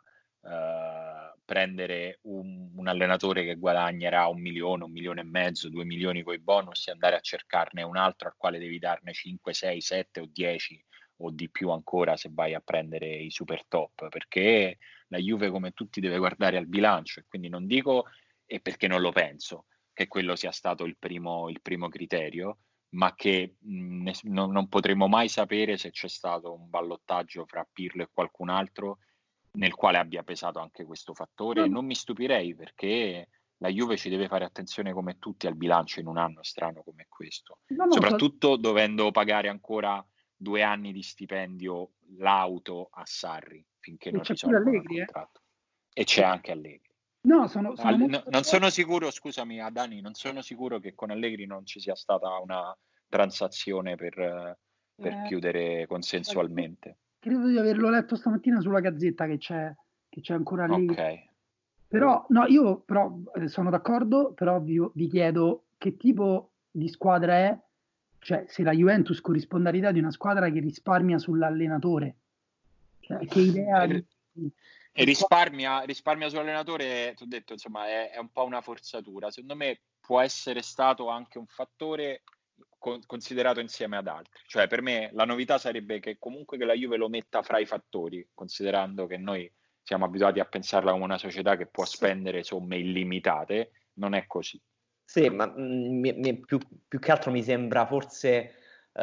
prendere un allenatore che guadagnerà 1 milione e mezzo, 2 milioni con i bonus, e andare a cercarne un altro al quale devi darne 5, 6, 7 o 10 o di più ancora se vai a prendere i super top, perché la Juve, come tutti, deve guardare al bilancio, e quindi non dico, e perché non lo penso, che quello sia stato il primo criterio, ma che non potremo mai sapere se c'è stato un ballottaggio fra Pirlo e qualcun altro nel quale abbia pesato anche questo fattore. Non mi stupirei, perché la Juve ci deve fare attenzione come tutti al bilancio in un anno strano come questo, soprattutto dovendo pagare ancora 2 anni di stipendio l'auto a Sarri finché non risolvono il contratto. E c'è anche Allegri. Non sono sicuro, scusami Adani, non sono sicuro che con Allegri non ci sia stata una transazione per chiudere consensualmente. Credo di averlo letto stamattina sulla Gazzetta che c'è ancora lì. Ok. Però, no, io però sono d'accordo, però vi chiedo che tipo di squadra è, cioè se la Juventus corrisponde all'idea di una squadra che risparmia sull'allenatore. Cioè, che idea e risparmia sull'allenatore, ti ho detto, insomma, è un po' una forzatura. Secondo me può essere stato anche un fattore considerato insieme ad altri. Cioè, per me la novità sarebbe che comunque che la Juve lo metta fra i fattori, considerando che noi siamo abituati a pensarla come una società che può spendere somme illimitate. Non è così. Sì, ma più che altro mi sembra forse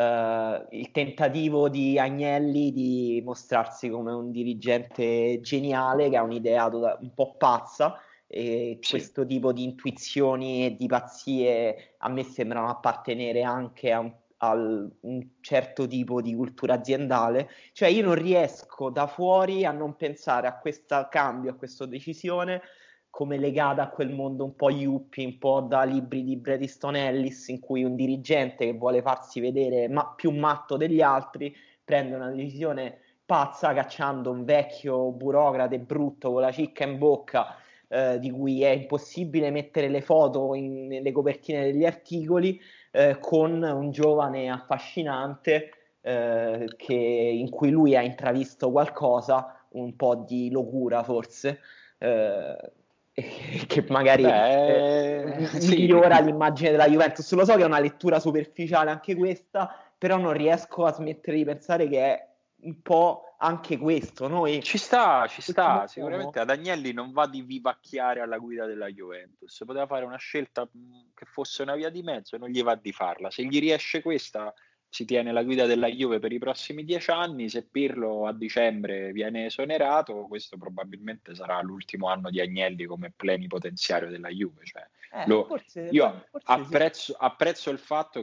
il tentativo di Agnelli di mostrarsi come un dirigente geniale che ha un'idea un po' pazza, e sì, questo tipo di intuizioni e di pazzie a me sembrano appartenere anche a un certo tipo di cultura aziendale. Cioè io non riesco da fuori a non pensare a questo cambio, a questa decisione come legata a quel mondo un po' yuppie, un po' da libri di Bret Easton Ellis, in cui un dirigente che vuole farsi vedere più matto degli altri prende una decisione pazza cacciando un vecchio burocrate brutto con la cicca in bocca, di cui è impossibile mettere le foto nelle copertine degli articoli, con un giovane affascinante in cui lui ha intravisto qualcosa, un po' di locura forse, che magari migliora l'immagine della Juventus. Lo so che è una lettura superficiale anche questa, però non riesco a smettere di pensare che è un po' anche questo. Noi Ci sta, ultimo sicuramente ad Agnelli non va di vivacchiare alla guida della Juventus, poteva fare una scelta che fosse una via di mezzo e non gli va di farla. Se gli riesce questa, si tiene la guida della Juve per i prossimi 10 anni. Se Pirlo a dicembre viene esonerato, questo probabilmente sarà l'ultimo anno di Agnelli come plenipotenziario della Juve. Cioè, forse io sì. apprezzo il fatto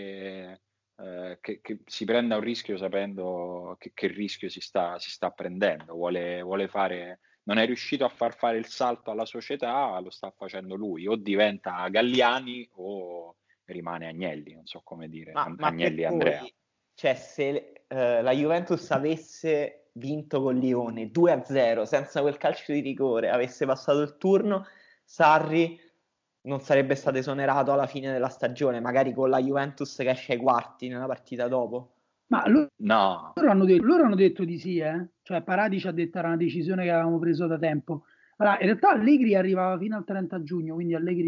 che si prenda un rischio sapendo che rischio si sta prendendo, vuole fare, non è riuscito a far fare il salto alla società, lo sta facendo lui, o diventa Galliani o rimane Agnelli, non so come dire, Ma per Agnelli e Andrea. voi, cioè, se la Juventus avesse vinto con Lione 2-0 senza quel calcio di rigore, avesse passato il turno, Sarri non sarebbe stato esonerato alla fine della stagione, magari con la Juventus che esce ai quarti nella partita dopo. Ma loro No, hanno detto di sì, eh? Cioè Paratici ha detto era una decisione che avevamo preso da tempo. Allora, in realtà Allegri arrivava fino al 30 giugno, quindi Allegri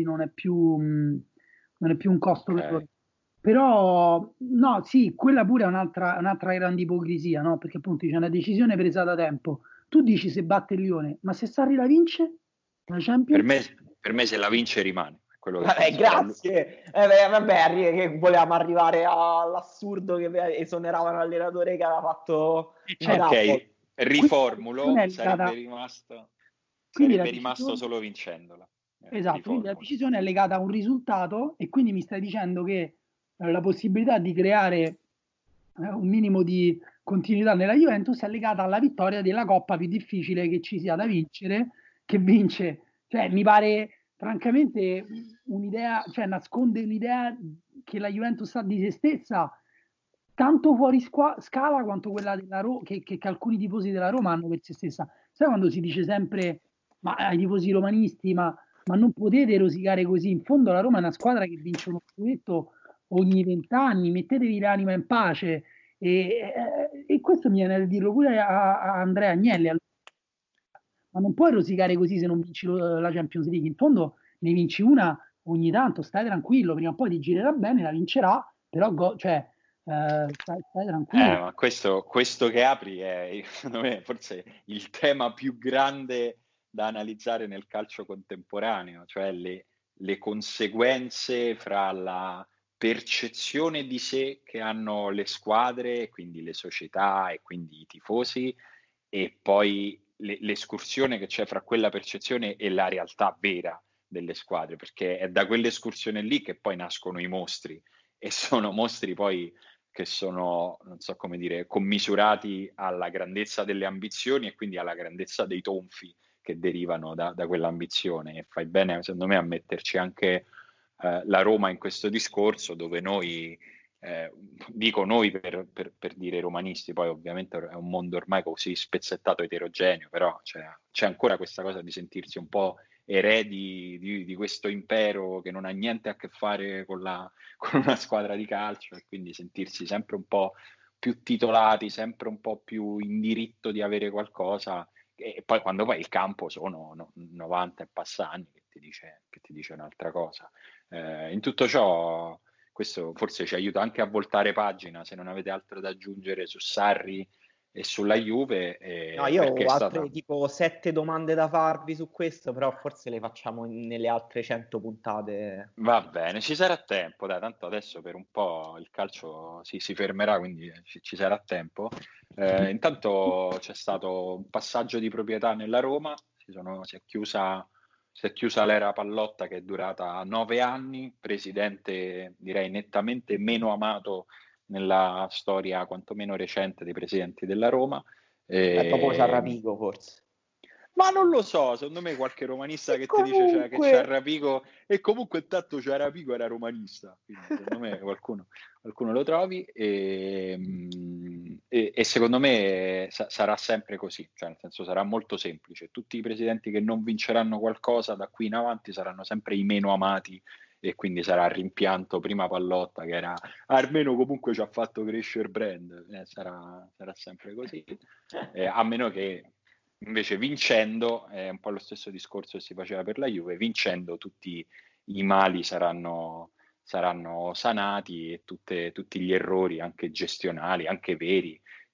non è più un costo per loro. ok. Però, no, sì, quella pure è un'altra grande ipocrisia, no? Perché appunto c'è una decisione presa da tempo. Tu dici se batte il Lione, ma se Sarri la vince, la Per Champions? me, per me se la vince rimane, è quello che Vabbè, penso. Ora, grazie. Vabbè, che volevamo arrivare all'assurdo che esoneravano l'allenatore che aveva fatto un double. ok, Quindi la decisione riformulo, è legata, quindi la sarebbe rimasto decisione, solo vincendola. esatto, quindi la Riformulo. decisione è legata a un risultato e quindi mi stai dicendo che la possibilità di creare un minimo di continuità nella Juventus è legata alla vittoria della coppa più difficile che ci sia da vincere, che vince. Cioè, mi pare francamente un'idea, cioè nasconde un'idea che la Juventus ha di se stessa tanto fuori scala quanto quella della che alcuni tifosi della Roma hanno per se stessa. Sai quando si dice sempre, ma ai tifosi romanisti, ma non potete rosicare così. In fondo la Roma è una squadra che vince uno scudetto ogni 20 anni, mettetevi l'anima in pace. E questo mi viene a dirlo pure a Andrea Agnelli. Ma non puoi rosicare così se non vinci la Champions League. In fondo ne vinci una ogni tanto, stai tranquillo, prima o poi ti girerà bene, la vincerà, però cioè, stai tranquillo. Ma questo che apri è, secondo me, forse il tema più grande da analizzare nel calcio contemporaneo, cioè le conseguenze fra la percezione di sé che hanno le squadre, quindi le società e quindi i tifosi, e poi l'escursione che c'è fra quella percezione e la realtà vera delle squadre, perché è da quell'escursione lì che poi nascono i mostri, e sono mostri poi che sono, non so come dire, commisurati alla grandezza delle ambizioni e quindi alla grandezza dei tonfi che derivano da quell'ambizione. E fai bene, secondo me, a metterci anche la Roma in questo discorso, dove noi, dico noi per dire romanisti, poi ovviamente è un mondo ormai così spezzettato e eterogeneo, però c'è ancora questa cosa di sentirsi un po' eredi di questo impero che non ha niente a che fare con una squadra di calcio, e quindi sentirsi sempre un po' più titolati, sempre un po' più in diritto di avere qualcosa. E poi quando vai il campo sono 90 e passa anni che ti dice un'altra cosa. In tutto ciò, questo forse ci aiuta anche a voltare pagina, se non avete altro da aggiungere su Sarri e sulla Juve, No, io perché è ho stata... altre tipo 7 domande da farvi su questo, però forse le facciamo nelle altre 100 puntate. Va bene, ci sarà tempo, dai, tanto adesso per un po' il calcio si fermerà, quindi ci sarà tempo. Intanto c'è stato un passaggio di proprietà nella Roma, si è chiusa l'era Pallotta che è durata 9 anni, presidente direi nettamente meno amato nella storia quantomeno recente dei presidenti della Roma. Dopo E Ciarrapico forse. ma non lo so, secondo me qualche romanista E che ti dice che comunque, c'è Rapico, e comunque intanto Ciarapico era romanista, quindi secondo me qualcuno lo trovi, e secondo me sarà sempre così, cioè nel senso sarà molto semplice, tutti i presidenti che non vinceranno qualcosa da qui in avanti saranno sempre i meno amati, e quindi sarà rimpianto prima Pallotta che era almeno comunque ci ha fatto crescere il brand, sarà sempre così, a meno che invece vincendo, è un po' lo stesso discorso che si faceva per la Juve, vincendo tutti i mali saranno sanati, e tutti gli errori, anche gestionali, anche veri,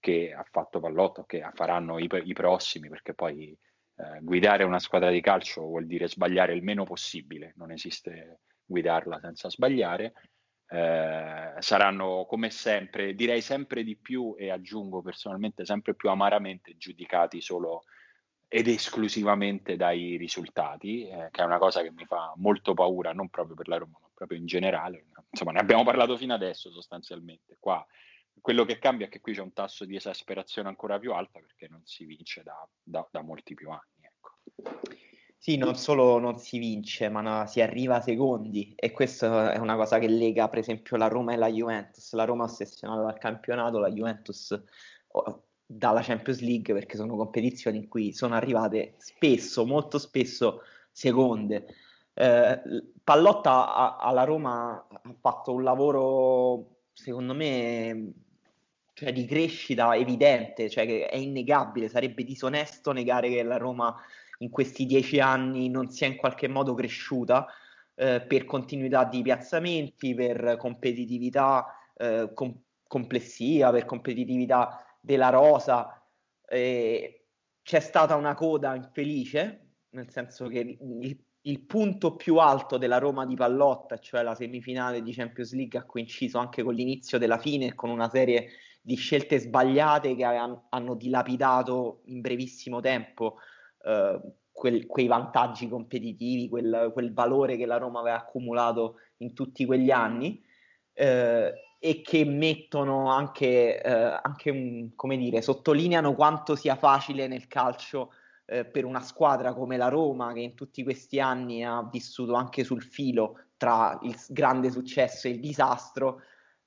che ha fatto Pallotta, che faranno i prossimi, perché poi guidare una squadra di calcio vuol dire sbagliare il meno possibile, non esiste guidarla senza sbagliare. Saranno come sempre, direi sempre di più, e aggiungo personalmente sempre più amaramente, giudicati solo ed esclusivamente dai risultati, che è una cosa che mi fa molto paura, non proprio per la Roma, ma proprio in generale. Insomma, ne abbiamo parlato fino adesso sostanzialmente. Qua quello che cambia è che qui c'è un tasso di esasperazione ancora più alto, perché non si vince da molti più anni. Ecco. Sì, non solo non si vince, ma si arriva secondi, e questa è una cosa che lega per esempio la Roma e la Juventus. La Roma è ossessionata dal campionato, la Juventus dalla Champions League, perché sono competizioni in cui sono arrivate spesso, molto spesso, seconde. Pallotta alla Roma ha fatto un lavoro, secondo me, cioè, di crescita evidente, cioè che è innegabile, sarebbe disonesto negare che la Roma in questi 10 anni non sia in qualche modo cresciuta, per continuità di piazzamenti, per competitività complessiva, per competitività della rosa. C'è stata una coda infelice, nel senso che il punto più alto della Roma di Pallotta, cioè la semifinale di Champions League, ha coinciso anche con l'inizio della fine, con una serie di scelte sbagliate che hanno dilapidato in brevissimo tempo quei vantaggi competitivi, quel valore che la Roma aveva accumulato in tutti quegli anni, e che mettono anche come dire, sottolineano quanto sia facile nel calcio per una squadra come la Roma, che in tutti questi anni ha vissuto anche sul filo tra il grande successo e il disastro,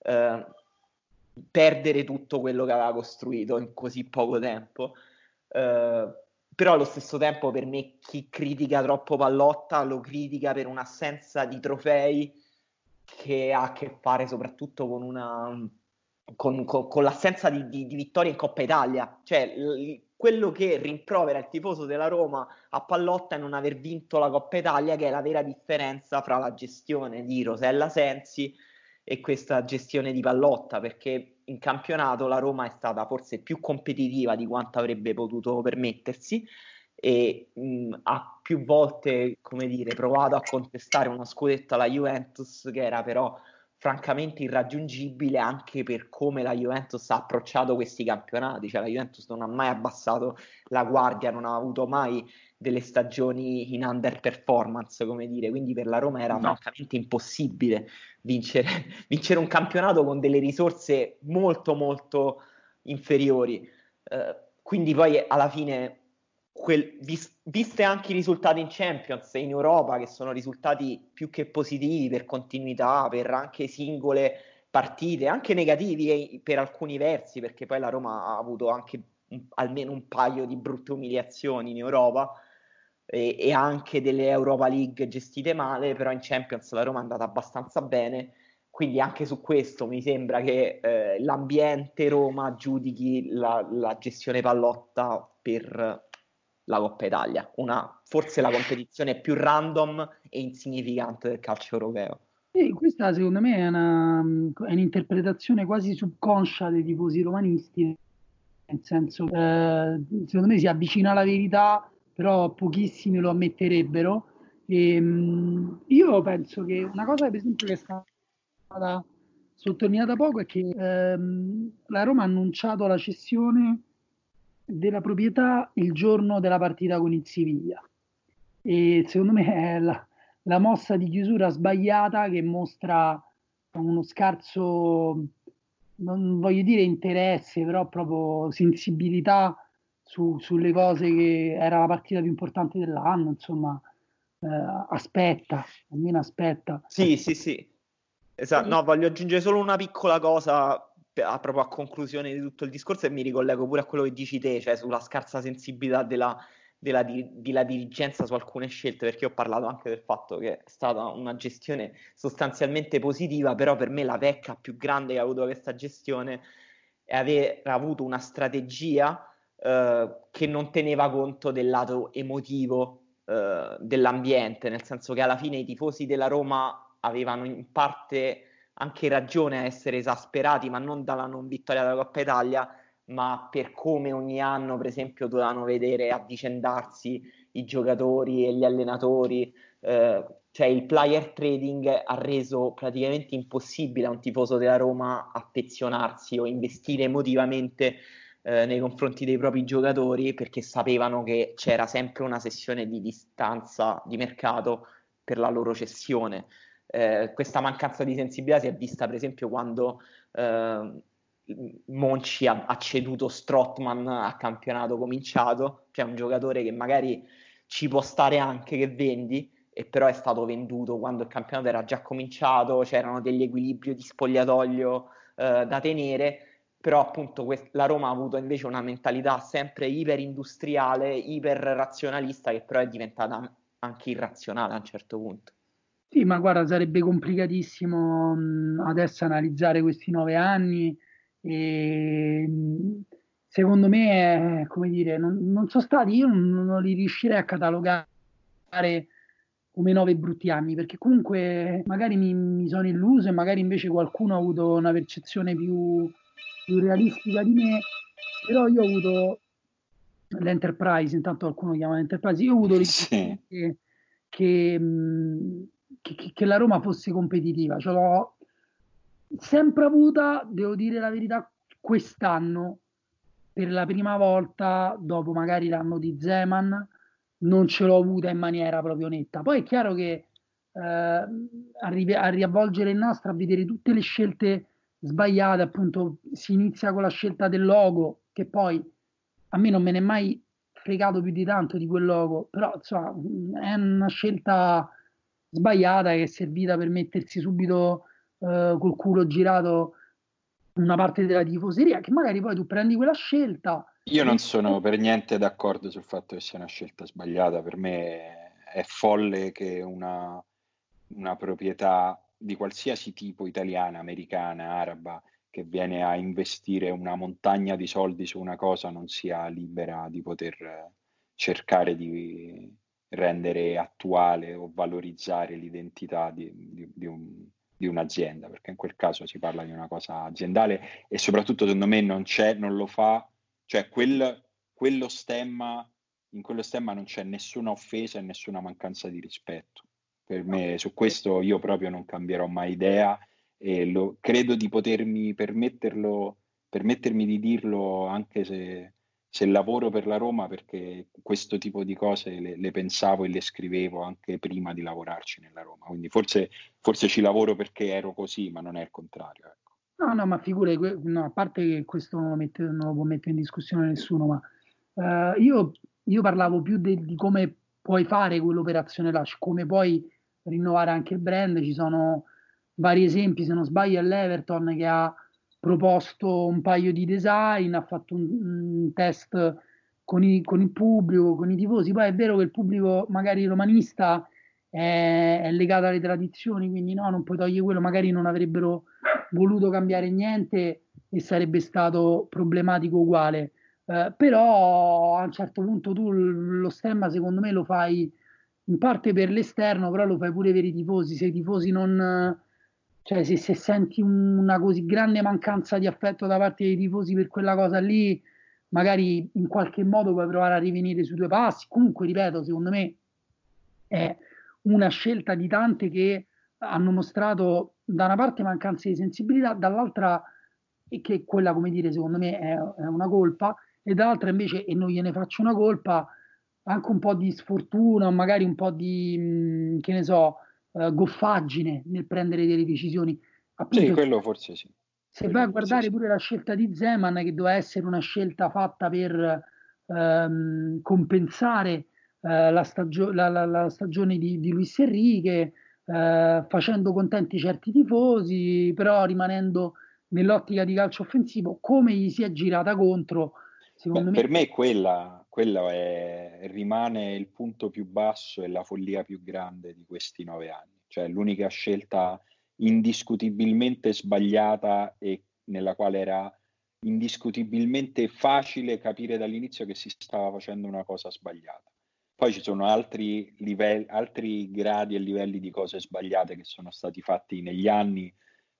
perdere tutto quello che aveva costruito in così poco tempo. Però allo stesso tempo, per me, chi critica troppo Pallotta lo critica per un'assenza di trofei che ha a che fare soprattutto con l'assenza di vittorie in Coppa Italia. Cioè, quello che rimprovera il tifoso della Roma a Pallotta è non aver vinto la Coppa Italia, che è la vera differenza fra la gestione di Rosella Sensi e questa gestione di Pallotta, perché in campionato la Roma è stata forse più competitiva di quanto avrebbe potuto permettersi, e ha più volte, come dire, provato a contestare uno scudetto alla Juventus, che era però francamente irraggiungibile, anche per come la Juventus ha approcciato questi campionati. Cioè, la Juventus non ha mai abbassato la guardia, non ha avuto mai delle stagioni in underperformance, come dire, quindi per la Roma era francamente impossibile vincere un campionato con delle risorse molto molto inferiori. Quindi poi alla fine, viste anche i risultati in Champions e in Europa, che sono risultati più che positivi per continuità, per anche singole partite, anche negativi per alcuni versi, perché poi la Roma ha avuto anche almeno un paio di brutte umiliazioni in Europa, e anche delle Europa League gestite male, però in Champions la Roma è andata abbastanza bene. Quindi anche su questo mi sembra che l'ambiente Roma giudichi la gestione Pallotta per la Coppa Italia, forse la competizione più random e insignificante del calcio europeo. E questa secondo me è un'interpretazione quasi subconscia dei tifosi romanisti, nel senso, secondo me si avvicina alla verità, però pochissimi lo ammetterebbero. Io penso che una cosa, per esempio, che è stata sottolineata poco è che la Roma ha annunciato la cessione della proprietà il giorno della partita con il Siviglia, e secondo me è la mossa di chiusura sbagliata, che mostra uno scarso, non voglio dire interesse, però proprio sensibilità sulle cose, che era la partita più importante dell'anno, insomma. Almeno aspetta. Sì. Esatto. No, voglio aggiungere solo una piccola cosa proprio a conclusione di tutto il discorso, e mi ricollego pure a quello che dici te, cioè sulla scarsa sensibilità della dirigenza su alcune scelte, perché ho parlato anche del fatto che è stata una gestione sostanzialmente positiva, però per me la pecca più grande che ha avuto questa gestione è aver avuto una strategia che non teneva conto del lato emotivo dell'ambiente, nel senso che alla fine i tifosi della Roma avevano in parte anche ragione a essere esasperati, ma non dalla non vittoria della Coppa Italia, ma per come ogni anno, per esempio, dovevano vedere avvicendarsi i giocatori e gli allenatori, cioè il player trading ha reso praticamente impossibile a un tifoso della Roma affezionarsi o investire emotivamente nei confronti dei propri giocatori, perché sapevano che c'era sempre una sessione di distanza di mercato per la loro cessione. Questa mancanza di sensibilità si è vista per esempio quando Monchi ha ceduto Strootman a campionato cominciato, cioè un giocatore che magari ci può stare anche che vendi, e però è stato venduto quando il campionato era già cominciato, c'erano degli equilibri di spogliatoio da tenere, però appunto la Roma ha avuto invece una mentalità sempre iperindustriale, iperrazionalista, che però è diventata anche irrazionale a un certo punto. Sì, ma guarda, sarebbe complicatissimo adesso analizzare questi 9 anni e secondo me, come dire, non sono stati, io non li riuscirei a catalogare come 9 brutti anni, perché comunque magari mi sono illuso e magari invece qualcuno ha avuto una percezione più realistica di me, però io ho avuto l'Enterprise, intanto qualcuno chiama l'Enterprise, io ho avuto l'impressione Sì. che la Roma fosse competitiva, ce l'ho sempre avuta, devo dire la verità, quest'anno per la prima volta, dopo magari l'anno di Zeman, non ce l'ho avuta in maniera proprio netta. Poi è chiaro che a riavvolgere il nastro, a vedere tutte le scelte sbagliate, appunto si inizia con la scelta del logo, che poi a me non me ne è mai fregato più di tanto di quel logo, però insomma è una scelta sbagliata che è servita per mettersi subito col culo girato una parte della tifoseria, che magari poi tu prendi quella scelta Io non e sono per niente d'accordo sul fatto che sia una scelta sbagliata. Per me è folle che una proprietà di qualsiasi tipo, italiana, americana, araba, che viene a investire una montagna di soldi su una cosa, non sia libera di poter cercare di rendere attuale o valorizzare l'identità di un'azienda, perché in quel caso si parla di una cosa aziendale e soprattutto secondo me non lo fa, cioè quello stemma, in quello stemma non c'è nessuna offesa e nessuna mancanza di rispetto. Per me su questo io proprio non cambierò mai idea e credo di permettermi di dirlo anche se lavoro per la Roma, perché questo tipo di cose le pensavo e le scrivevo anche prima di lavorarci nella Roma. Quindi forse ci lavoro perché ero così, ma non è il contrario, ecco. no, no, ma figure, no, a parte che questo non lo può mettere in discussione nessuno, ma io parlavo più di come puoi fare quell'operazione là, cioè come puoi rinnovare anche il brand. Ci sono vari esempi, se non sbaglio, all'Everton che ha proposto un paio di design, ha fatto un test con il pubblico, con i tifosi. Poi è vero che il pubblico magari romanista è legato alle tradizioni, quindi no, non puoi togliere quello, magari non avrebbero voluto cambiare niente e sarebbe stato problematico uguale. Però a un certo punto tu lo stemma secondo me lo fai in parte per l'esterno, però lo fai pure per i tifosi. Se i tifosi non, cioè se senti una così grande mancanza di affetto da parte dei tifosi per quella cosa lì, magari in qualche modo puoi provare a rivenire sui tuoi passi. Comunque, ripeto, secondo me è una scelta di tante che hanno mostrato da una parte mancanza di sensibilità, dall'altra e che quella, come dire, secondo me è una colpa, e dall'altra invece, e non gliene faccio una colpa, anche un po' di sfortuna, magari un po' di, che ne so, goffaggine nel prendere delle decisioni. Sì, Appunto, quello forse sì, se vai a forse guardare sì. pure la scelta di Zeman, che doveva essere una scelta fatta per compensare la stagione di Luis Enrique, facendo contenti certi tifosi, però rimanendo nell'ottica di calcio offensivo, come gli si è girata contro, Beh, secondo me. per me quella rimane il punto più basso e la follia più grande di questi 9 anni. Cioè l'unica scelta indiscutibilmente sbagliata e nella quale era indiscutibilmente facile capire dall'inizio che si stava facendo una cosa sbagliata. Poi ci sono altri livelli, altri gradi e livelli di cose sbagliate che sono stati fatti negli anni,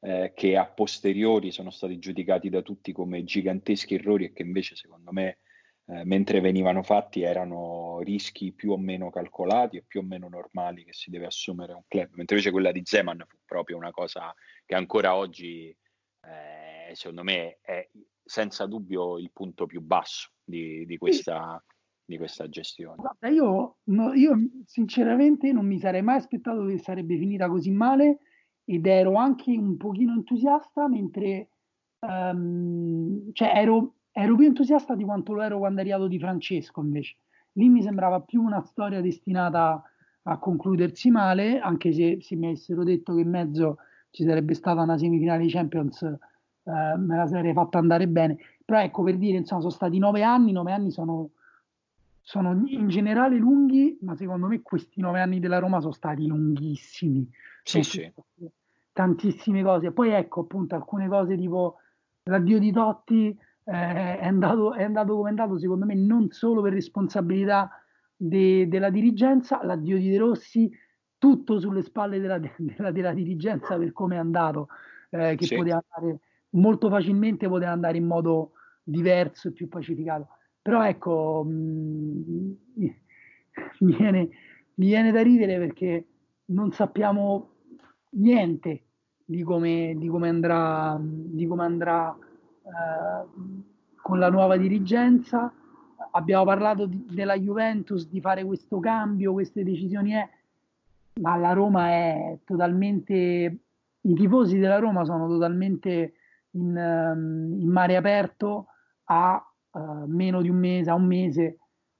che a posteriori sono stati giudicati da tutti come giganteschi errori e che invece secondo me mentre venivano fatti erano rischi più o meno calcolati e più o meno normali che si deve assumere un club, mentre invece quella di Zeman fu proprio una cosa che ancora oggi secondo me è senza dubbio il punto più basso di questa gestione. Guarda, io sinceramente non mi sarei mai aspettato che sarebbe finita così male ed ero anche un pochino entusiasta, mentre cioè ero più entusiasta di quanto lo ero quando è arrivato Di Francesco invece. Lì mi sembrava più una storia destinata a concludersi male, anche se mi avessero detto che in mezzo ci sarebbe stata una semifinale di Champions, me la sarei fatta andare bene. Però ecco, per dire, insomma, sono stati 9 anni sono in generale lunghi, ma secondo me questi 9 anni della Roma sono stati lunghissimi. Sì, Sono sì. successe tantissime cose. Poi ecco, appunto, alcune cose tipo l'addio di Totti è andato come è andato, secondo me, non solo per responsabilità della dirigenza, l'addio di De Rossi, tutto sulle spalle della dirigenza per come è andato, che Sì. poteva andare molto facilmente, poteva andare in modo diverso e più pacificato. Però ecco, mi viene da ridere perché non sappiamo niente di come andrà con la nuova dirigenza. Abbiamo parlato della Juventus, di fare questo cambio, queste decisioni, ma la Roma è totalmente, i tifosi della Roma sono totalmente in mare aperto a meno di un mese, a un mese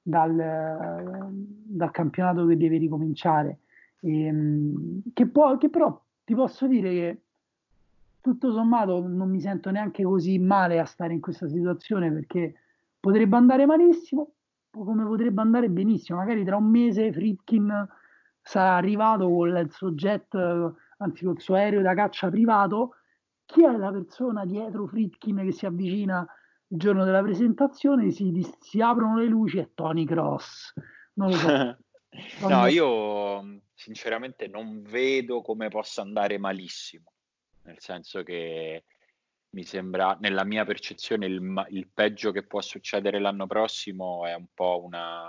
dal campionato che deve ricominciare. Che però ti posso dire che tutto sommato non mi sento neanche così male a stare in questa situazione perché potrebbe andare malissimo, come potrebbe andare benissimo. Magari tra un mese Friedkin sarà arrivato con il suo jet, anzi col suo aereo da caccia privato. Chi è la persona dietro Friedkin che si avvicina il giorno della presentazione? Si aprono le luci e Tony Cross. Non lo so. No, io sinceramente non vedo come possa andare malissimo, nel senso che mi sembra, nella mia percezione, il peggio che può succedere l'anno prossimo è un po'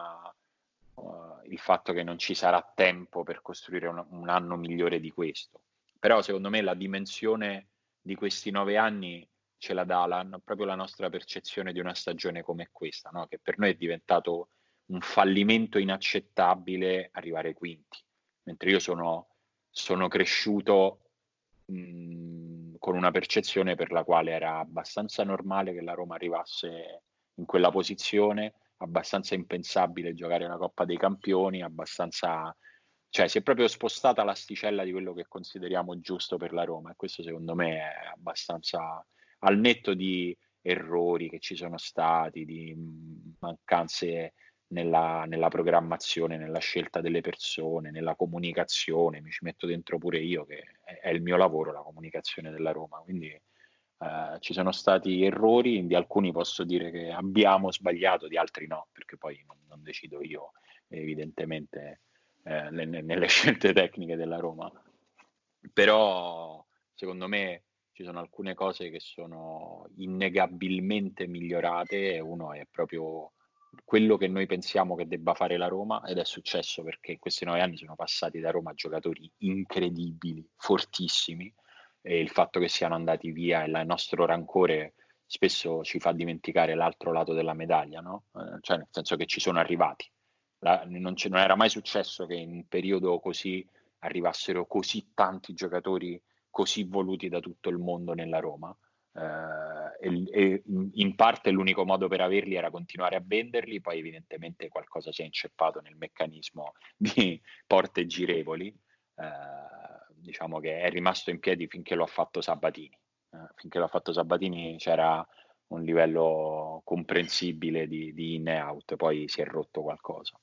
il fatto che non ci sarà tempo per costruire un anno migliore di questo. Però secondo me la dimensione di questi 9 anni ce la dà proprio la nostra percezione di una stagione come questa, no? Che per noi è diventato un fallimento inaccettabile arrivare ai quinti, mentre io sono cresciuto con una percezione per la quale era abbastanza normale che la Roma arrivasse in quella posizione, abbastanza impensabile giocare una Coppa dei Campioni, cioè si è proprio spostata l'asticella di quello che consideriamo giusto per la Roma e questo secondo me è abbastanza, al netto di errori che ci sono stati, di mancanze nella programmazione, nella scelta delle persone, nella comunicazione, mi ci metto dentro pure io che è il mio lavoro, la comunicazione della Roma, quindi ci sono stati errori, di alcuni posso dire che abbiamo sbagliato, di altri no, perché poi non decido io evidentemente nelle scelte tecniche della Roma, però secondo me ci sono alcune cose che sono innegabilmente migliorate e uno è proprio quello che noi pensiamo che debba fare la Roma ed è successo perché in questi 9 anni sono passati da Roma giocatori incredibili, fortissimi e il fatto che siano andati via e il nostro rancore spesso ci fa dimenticare l'altro lato della medaglia, no? Cioè nel senso che ci sono arrivati. Non era mai successo che in un periodo così arrivassero così tanti giocatori così voluti da tutto il mondo nella Roma. E in parte l'unico modo per averli era continuare a venderli, poi evidentemente qualcosa si è inceppato nel meccanismo di porte girevoli, diciamo che è rimasto in piedi finché lo ha fatto Sabatini. Finché l'ha fatto Sabatini c'era un livello comprensibile di in e out, poi si è rotto qualcosa.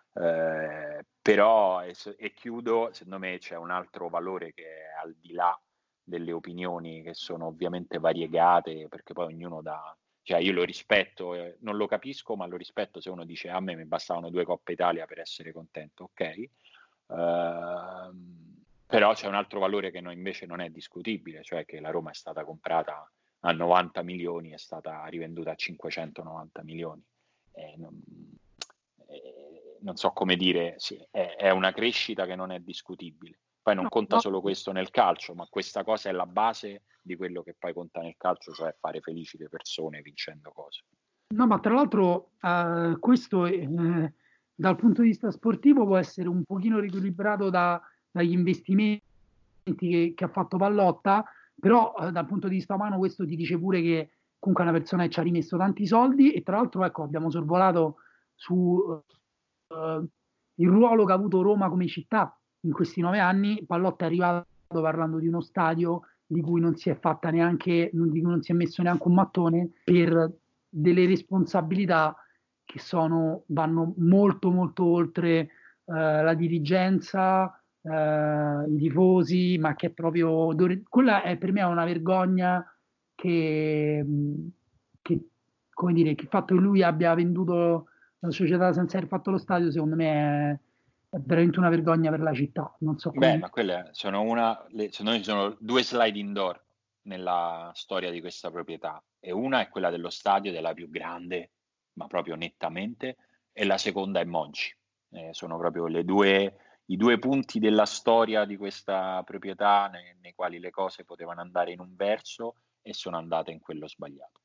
Però, e chiudo, secondo me c'è un altro valore che è al di là delle opinioni che sono ovviamente variegate, perché poi ognuno cioè io lo rispetto, non lo capisco, ma lo rispetto se uno dice a me mi bastavano 2 Coppe Italia per essere contento, ok? Però c'è un altro valore che invece non è discutibile, cioè che la Roma è stata comprata a 90 milioni, è stata rivenduta a 590 milioni. Non, non so come dire, sì, è una crescita che non è discutibile. Poi non conta solo questo nel calcio, ma questa cosa è la base di quello che poi conta nel calcio, cioè fare felici le persone vincendo cose. No, ma tra l'altro questo dal punto di vista sportivo può essere un pochino riequilibrato dagli investimenti che ha fatto Pallotta, però dal punto di vista umano questo ti dice pure che comunque è una persona che ci ha rimesso tanti soldi e tra l'altro ecco, abbiamo sorvolato su il ruolo che ha avuto Roma come città in questi 9 anni. Pallotta è arrivato parlando di uno stadio di cui non si è fatta neanche, di cui non si è messo neanche un mattone per delle responsabilità che vanno molto molto oltre la dirigenza, i tifosi, ma che è proprio quella è per me una vergogna che come dire, che il fatto che lui abbia venduto la società senza aver fatto lo stadio, secondo me è veramente una vergogna per la città. Non so come. Beh, ma quelle sono secondo me ci sono due sliding door nella storia di questa proprietà, e una è quella dello stadio, della più grande, ma proprio nettamente, e la seconda è Monci. Sono proprio i due punti della storia di questa proprietà nei quali le cose potevano andare in un verso e sono andate in quello sbagliato.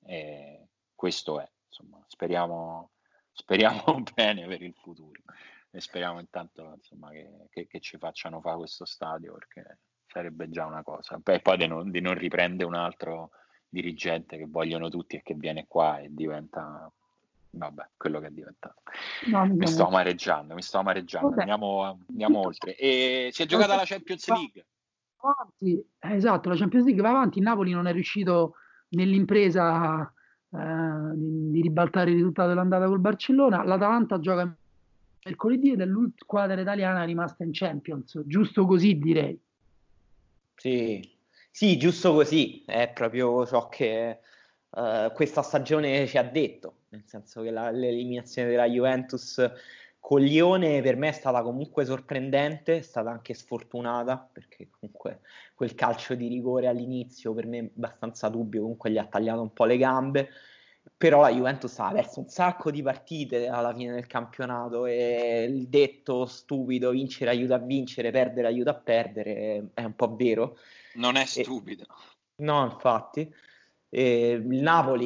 Questo è, insomma, speriamo bene per il futuro. E speriamo intanto insomma, che ci facciano fare questo stadio, perché sarebbe già una cosa. E poi di non riprendere un altro dirigente che vogliono tutti e che viene qua e diventa, vabbè, quello che è diventato. No, Mi sto amareggiando, vabbè. andiamo oltre. E si è giocata la Champions League. Avanti, esatto, la Champions League va avanti, il Napoli non è riuscito nell'impresa di ribaltare il risultato dell'andata col Barcellona, l'Atalanta gioca mercoledì ed è l'ultima squadra italiana rimasta in Champions, giusto così direi. Sì, sì, giusto così, è proprio ciò che questa stagione ci ha detto, nel senso che l'eliminazione della Juventus con Lione per me è stata comunque sorprendente, è stata anche sfortunata, perché comunque quel calcio di rigore all'inizio per me è abbastanza dubbio, comunque gli ha tagliato un po' le gambe, però la Juventus ha perso un sacco di partite alla fine del campionato e il detto stupido vincere aiuta a vincere, perdere aiuta a perdere è un po' vero. Non è stupido. No, infatti. Il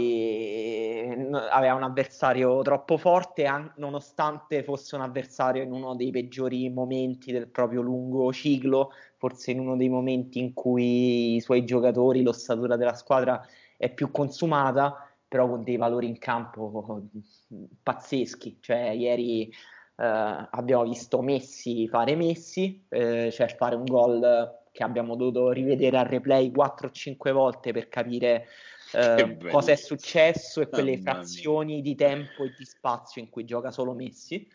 Napoli aveva un avversario troppo forte, nonostante fosse un avversario in uno dei peggiori momenti del proprio lungo ciclo, forse in uno dei momenti in cui i suoi giocatori, l'ossatura della squadra è più consumata, però con dei valori in campo pazzeschi. Cioè, ieri abbiamo visto Messi fare Messi, cioè fare un gol che abbiamo dovuto rivedere al replay 4-5 volte per capire cosa è successo e quelle frazioni di tempo e di spazio in cui gioca solo Messi.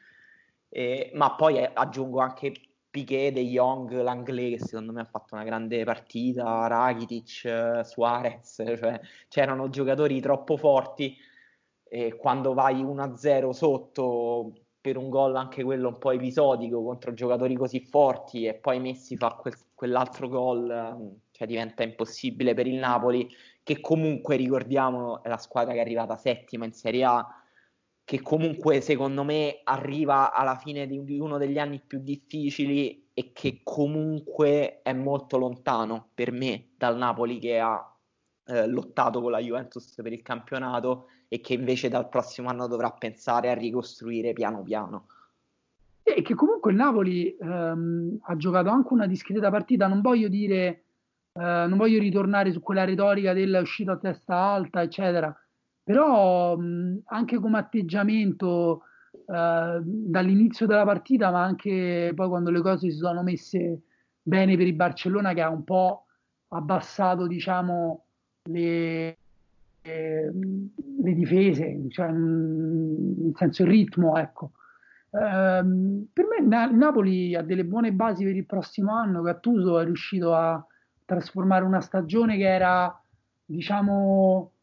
Ma poi aggiungo anche Piqué, De Jong, Langlais, che secondo me ha fatto una grande partita, Rakitic, Suarez, cioè c'erano giocatori troppo forti e quando vai 1-0 sotto per un gol anche quello un po' episodico contro giocatori così forti e poi Messi fa quell'altro gol, cioè diventa impossibile per il Napoli, che comunque ricordiamo è la squadra che è arrivata settima in Serie A, che comunque secondo me arriva alla fine di uno degli anni più difficili e che comunque è molto lontano per me dal Napoli che ha lottato con la Juventus per il campionato e che invece dal prossimo anno dovrà pensare a ricostruire piano piano. E che comunque il Napoli ha giocato anche una discreta partita, non voglio dire, non voglio ritornare su quella retorica dell'uscita a testa alta, eccetera, però anche come atteggiamento dall'inizio della partita, ma anche poi quando le cose si sono messe bene per il Barcellona che ha un po' abbassato, diciamo, le difese, cioè, nel senso il ritmo, ecco. Per me Napoli ha delle buone basi per il prossimo anno. Gattuso è riuscito a trasformare una stagione che era, diciamo,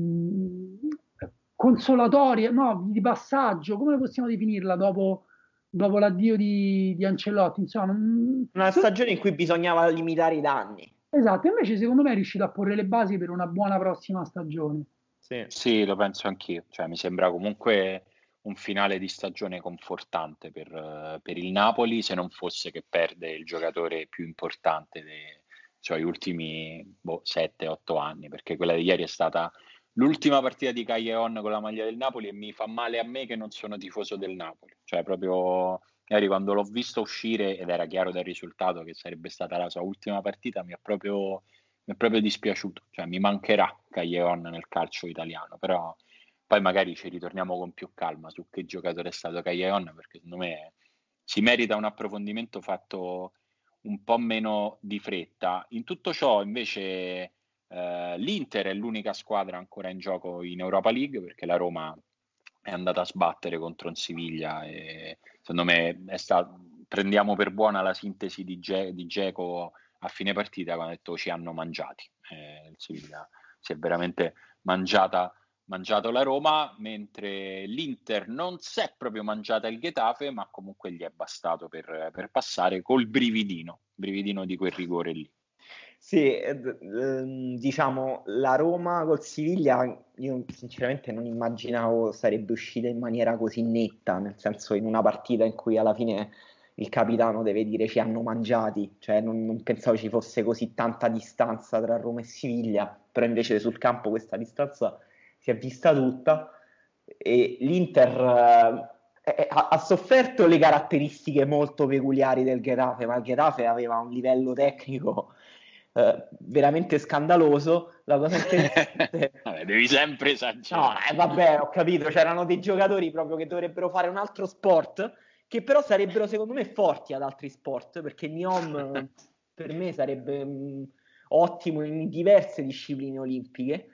consolatoria, no, di passaggio, come possiamo definirla dopo dopo l'addio di Ancelotti, insomma, Una stagione in cui bisognava limitare i danni. esatto, invece secondo me è riuscito a porre le basi per una buona prossima stagione. Sì. Sì, lo penso anch'io. Cioè, mi sembra comunque un finale di stagione confortante per il Napoli, se non fosse che perde il giocatore più importante dei suoi ultimi 7-8 anni, perché quella di ieri è stata l'ultima partita di Callejon con la maglia del Napoli e mi fa male a me che non sono tifoso del Napoli. Cioè, proprio ieri quando l'ho visto uscire ed era chiaro dal risultato che sarebbe stata la sua ultima partita, mi è proprio dispiaciuto, cioè mi mancherà Callejon nel calcio italiano, però poi magari ci ritorniamo con più calma su che giocatore è stato Callejon, perché secondo me si merita un approfondimento fatto un po' meno di fretta. In tutto ciò, invece, l'Inter è l'unica squadra ancora in gioco in Europa League, perché la Roma è andata a sbattere contro un Siviglia e secondo me prendiamo per buona la sintesi di Dzeko a fine partita quando ha detto ci hanno mangiati. Il Siviglia si è veramente mangiato la Roma, mentre l'Inter non si è proprio mangiata il Getafe, ma comunque gli è bastato per passare col brividino di quel rigore lì. Sì, diciamo la Roma col Siviglia, io sinceramente non immaginavo sarebbe uscita in maniera così netta, nel senso in una partita in cui alla fine il capitano deve dire ci hanno mangiati, cioè non pensavo ci fosse così tanta distanza tra Roma e Siviglia, però invece sul campo questa distanza si è vista tutta e l'Inter ha sofferto le caratteristiche molto peculiari del Getafe, ma il Getafe aveva un livello tecnico veramente scandaloso. La cosa interessante Vabbè, devi sempre no, esagerare. vabbè, ho capito, c'erano dei giocatori proprio che dovrebbero fare un altro sport, che però sarebbero secondo me forti ad altri sport, perché Nyom per me sarebbe ottimo in diverse discipline olimpiche.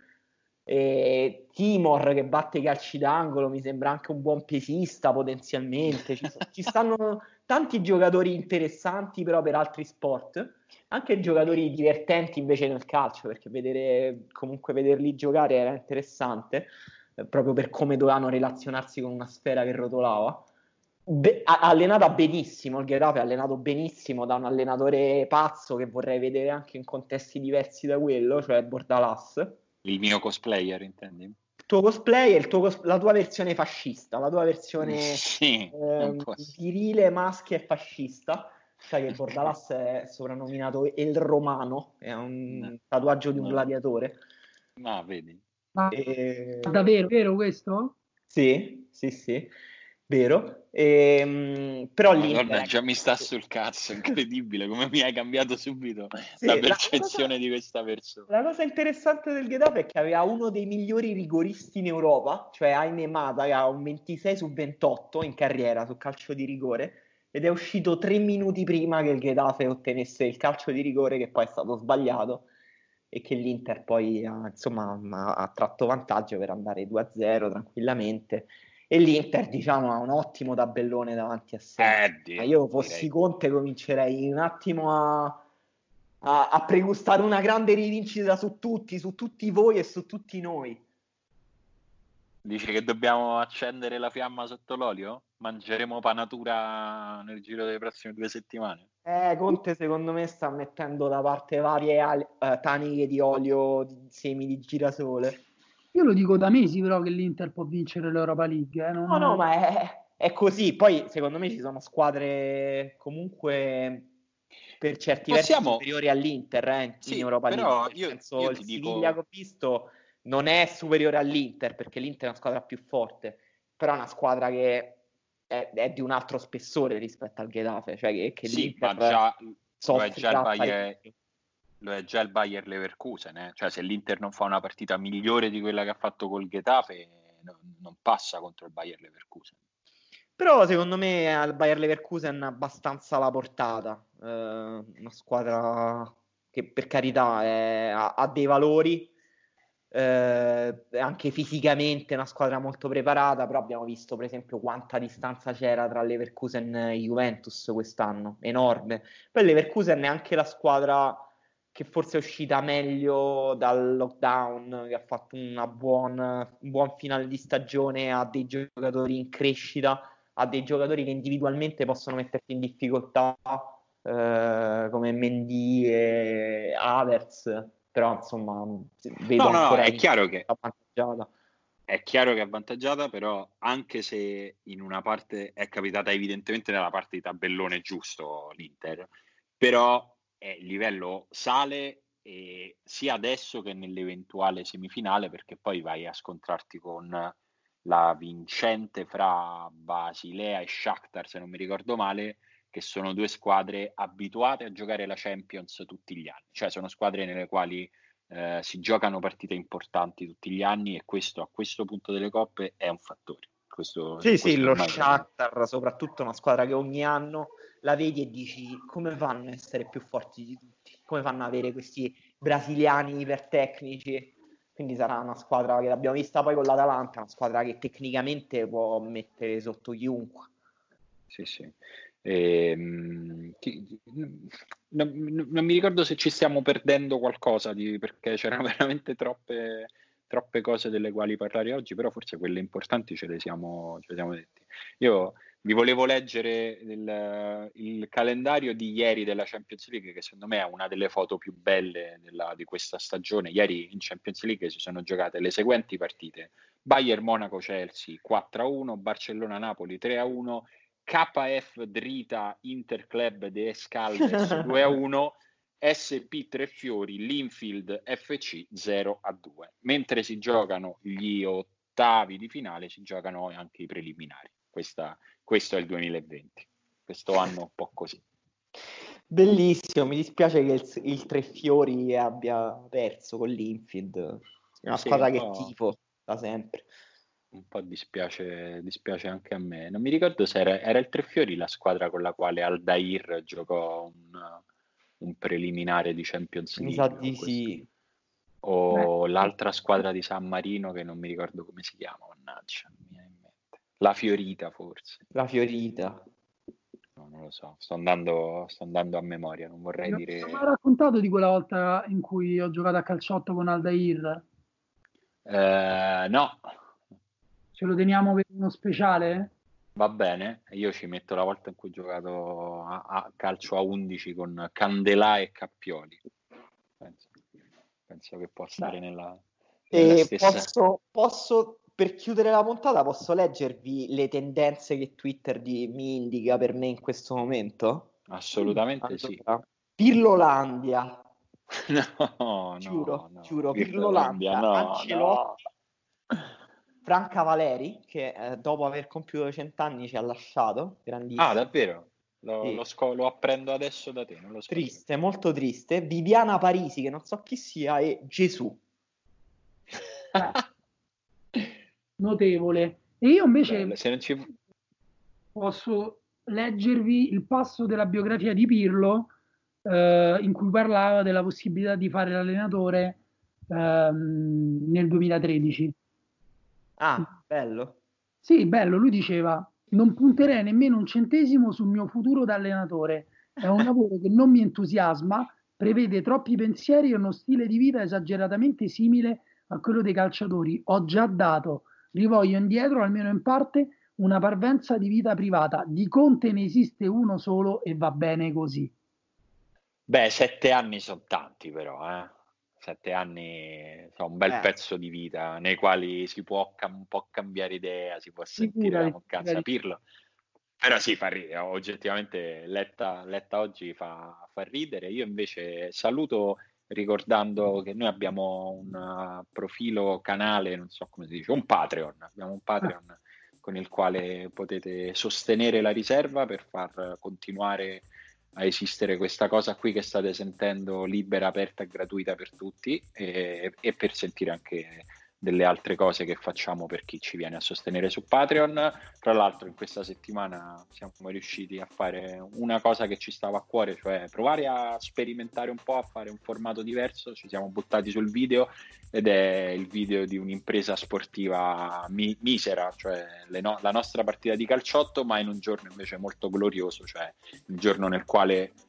E Timor che batte i calci d'angolo mi sembra anche un buon pesista potenzialmente. Ci stanno tanti giocatori interessanti però per altri sport, anche giocatori divertenti invece nel calcio, perché comunque vederli giocare era interessante, proprio per come dovevano relazionarsi con una sfera che rotolava. Allenata benissimo, il Getafe è allenato benissimo da un allenatore pazzo che vorrei vedere anche in contesti diversi da quello, cioè Bordalas. Il mio cosplayer, intendi? Il tuo cosplay è la tua versione fascista, la tua versione Sì, un po' sì. virile, maschia e fascista. Sai che Bordalas è soprannominato El Romano, è un tatuaggio di un No. gladiatore. No, vedi. Ma E... davvero, vero questo? Sì, sì, sì, vero. Però Madonna, l'Inter... già mi sta sul cazzo, incredibile come mi hai cambiato subito Sì, la percezione di questa persona. la cosa interessante del Getafe è che aveva uno dei migliori rigoristi in Europa, cioè Jaime Mata, che ha un 26 su 28 in carriera sul calcio di rigore, ed è uscito 3 minuti prima che il Getafe ottenesse il calcio di rigore, che poi è stato sbagliato, e che l'Inter poi insomma, ha tratto vantaggio per andare 2-0 tranquillamente. E l'Inter, diciamo, ha un ottimo tabellone davanti a sé. Ma io fossi direi. Conte comincerei un attimo a pregustare una grande rivincita su tutti voi e su tutti noi. Dici che dobbiamo accendere la fiamma sotto l'olio? Mangeremo panatura nel giro delle prossime 2 settimane? Conte secondo me sta mettendo da parte varie taniche di olio, di semi di girasole. Io lo dico da mesi però che l'Inter può vincere l'Europa League. No, ma è così. Poi secondo me ci sono squadre comunque per certi versi Possiamo... superiori all'Inter in Sì, Europa League. però Nel senso, io il ti Siviglia dico... che ho visto non è superiore all'Inter perché l'Inter è una squadra più forte, però è una squadra che è di un altro spessore rispetto al Getafe, cioè che Sì, ma l'Inter già lo è già il soffrirà Bayer, parecchio. lo è già il Bayer Leverkusen, eh? Cioè se l'Inter non fa una partita migliore di quella che ha fatto col Getafe, non passa contro il Bayer Leverkusen. Però secondo me al Bayer Leverkusen abbastanza alla portata, una squadra che per carità ha dei valori, anche fisicamente è una squadra molto preparata, però abbiamo visto per esempio quanta distanza c'era tra Leverkusen e Juventus quest'anno, enorme. Poi Leverkusen è anche la squadra che forse è uscita meglio dal lockdown, che ha fatto un buon finale di stagione, ha dei giocatori in crescita, ha dei giocatori che individualmente possono metterti in difficoltà, come Mendy e Havertz, però insomma vedo ancora è chiaro che avvantaggiata. È chiaro che è avvantaggiata, però anche se in una parte è capitata evidentemente nella parte di tabellone giusto l'Inter, però il livello sale sia adesso che nell'eventuale semifinale, perché poi vai a scontrarti con la vincente fra Basilea e Shakhtar, se non mi ricordo male, che sono due squadre abituate a giocare la Champions tutti gli anni, cioè sono squadre nelle quali si giocano partite importanti tutti gli anni e questo a questo punto delle coppe è un fattore. Sì, lo Shakhtar, soprattutto una squadra che ogni anno la vedi e dici come fanno a essere più forti di tutti, come fanno ad avere questi brasiliani ipertecnici, quindi sarà una squadra che l'abbiamo vista poi con l'Atalanta, una squadra che tecnicamente può mettere sotto chiunque. Sì. Non mi ricordo se ci stiamo perdendo qualcosa perché c'erano veramente troppe cose delle quali parlare oggi, però forse quelle importanti ce le siamo detti. Io vi volevo leggere il calendario di ieri della Champions League, che secondo me è una delle foto più belle di questa stagione. Ieri in Champions League si sono giocate le seguenti partite: Bayern Monaco-Chelsea 4-1, Barcellona-Napoli 3-1, KF Drita Interclub de Escaldes 2-1, SP Trefiori Linfield FC 0-2. Mentre si giocano gli ottavi di finale, si giocano anche i preliminari. Questo è il 2020, questo anno un po' così. Bellissimo, mi dispiace che il Trefiori abbia perso con l'Infield, è una squadra che tifo da sempre. Un po' dispiace anche a me. Non mi ricordo se era il Trefiori la squadra con la quale Aldair giocò un preliminare di Champions League. Mi sa di sì. O l'altra squadra di San Marino che non mi ricordo come si chiama, mannaggia, non mi viene in mente. La Fiorita forse. La Fiorita. No, non lo so, sto andando a memoria, non vorrei dire... Non ho raccontato di quella volta in cui ho giocato a calciotto con Aldair? No. Ce lo teniamo per uno speciale? Va bene, io ci metto la volta in cui ho giocato a calcio a 11 con Candelà e Cappioli. Penso che può stare nella stessa... Posso, per chiudere la puntata, posso leggervi le tendenze che Twitter mi indica per me in questo momento? Assolutamente allora, sì. Pirlolandia. Giuro, Pirlolandia, no, Ancelotti. Franca Valeri, che dopo aver compiuto 100 anni ci ha lasciato, grandissimo. Ah, davvero? Lo apprendo adesso da te, non lo so. Triste, molto triste. Viviana Parisi, che non so chi sia, e Gesù. Notevole. E io invece Bello, posso leggervi il passo della biografia di Pirlo, in cui parlava della possibilità di fare l'allenatore nel 2013. Ah, bello. Sì, bello. Lui diceva: non punterei nemmeno un centesimo sul mio futuro da allenatore. È un lavoro che non mi entusiasma, prevede troppi pensieri e uno stile di vita esageratamente simile a quello dei calciatori. Ho già dato, rivoglio indietro, almeno in parte, una parvenza di vita privata. Di Conte ne esiste uno solo e va bene così. Beh, 7 anni sono tanti però, 7 anni sono un bel pezzo di vita nei quali si può un po' cambiare idea, si può sentire la mancanza. Pirlo, però sì, fa ridere, oggettivamente letta oggi fa ridere. Io invece saluto ricordando che noi abbiamo un profilo, canale, non so come si dice, abbiamo un Patreon con il quale potete sostenere la riserva per far continuare a esistere questa cosa qui che state sentendo, libera, aperta e gratuita per tutti, e per sentire anche delle altre cose che facciamo per chi ci viene a sostenere su Patreon. Tra l'altro in questa settimana siamo riusciti a fare una cosa che ci stava a cuore, cioè provare a sperimentare un po', a fare un formato diverso. Ci siamo buttati sul video ed è il video di un'impresa sportiva misera, cioè la nostra partita di calciotto, ma in un giorno invece molto glorioso, cioè il giorno nel quale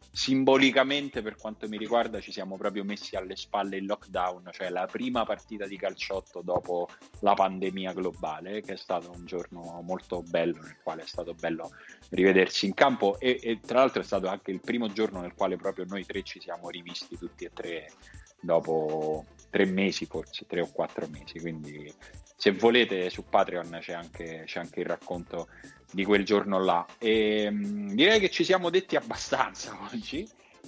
simbolicamente, per quanto mi riguarda, ci siamo proprio messi alle spalle il lockdown, cioè la prima partita di calciotto dopo la pandemia globale, che è stato un giorno molto bello, nel quale è stato bello rivedersi in campo e tra l'altro è stato anche il primo giorno nel quale proprio noi tre ci siamo rivisti tutti e tre dopo 3 mesi, forse 3 o 4 mesi, quindi se volete su Patreon c'è anche il racconto di quel giorno là. E direi che ci siamo detti abbastanza oggi.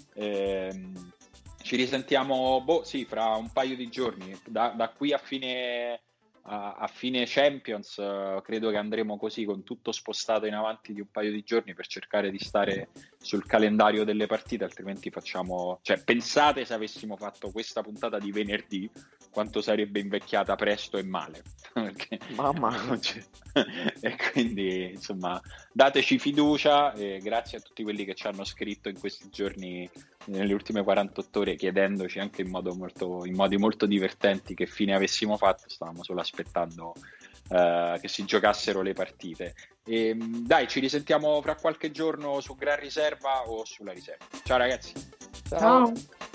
Ci risentiamo fra un paio di giorni, da qui a fine Champions. Credo che andremo così, con tutto spostato in avanti di un paio di giorni, per cercare di stare sul calendario delle partite, altrimenti pensate se avessimo fatto questa puntata di venerdì quanto sarebbe invecchiata presto e male. Perché mamma. E quindi insomma dateci fiducia, e grazie a tutti quelli che ci hanno scritto in questi giorni, nelle ultime 48 ore, chiedendoci anche in modi molto divertenti che fine avessimo fatto. Stavamo solo aspettando che si giocassero le partite. E dai, ci risentiamo fra qualche giorno su Gran Riserva o sulla Riserva. Ciao ragazzi. Ciao.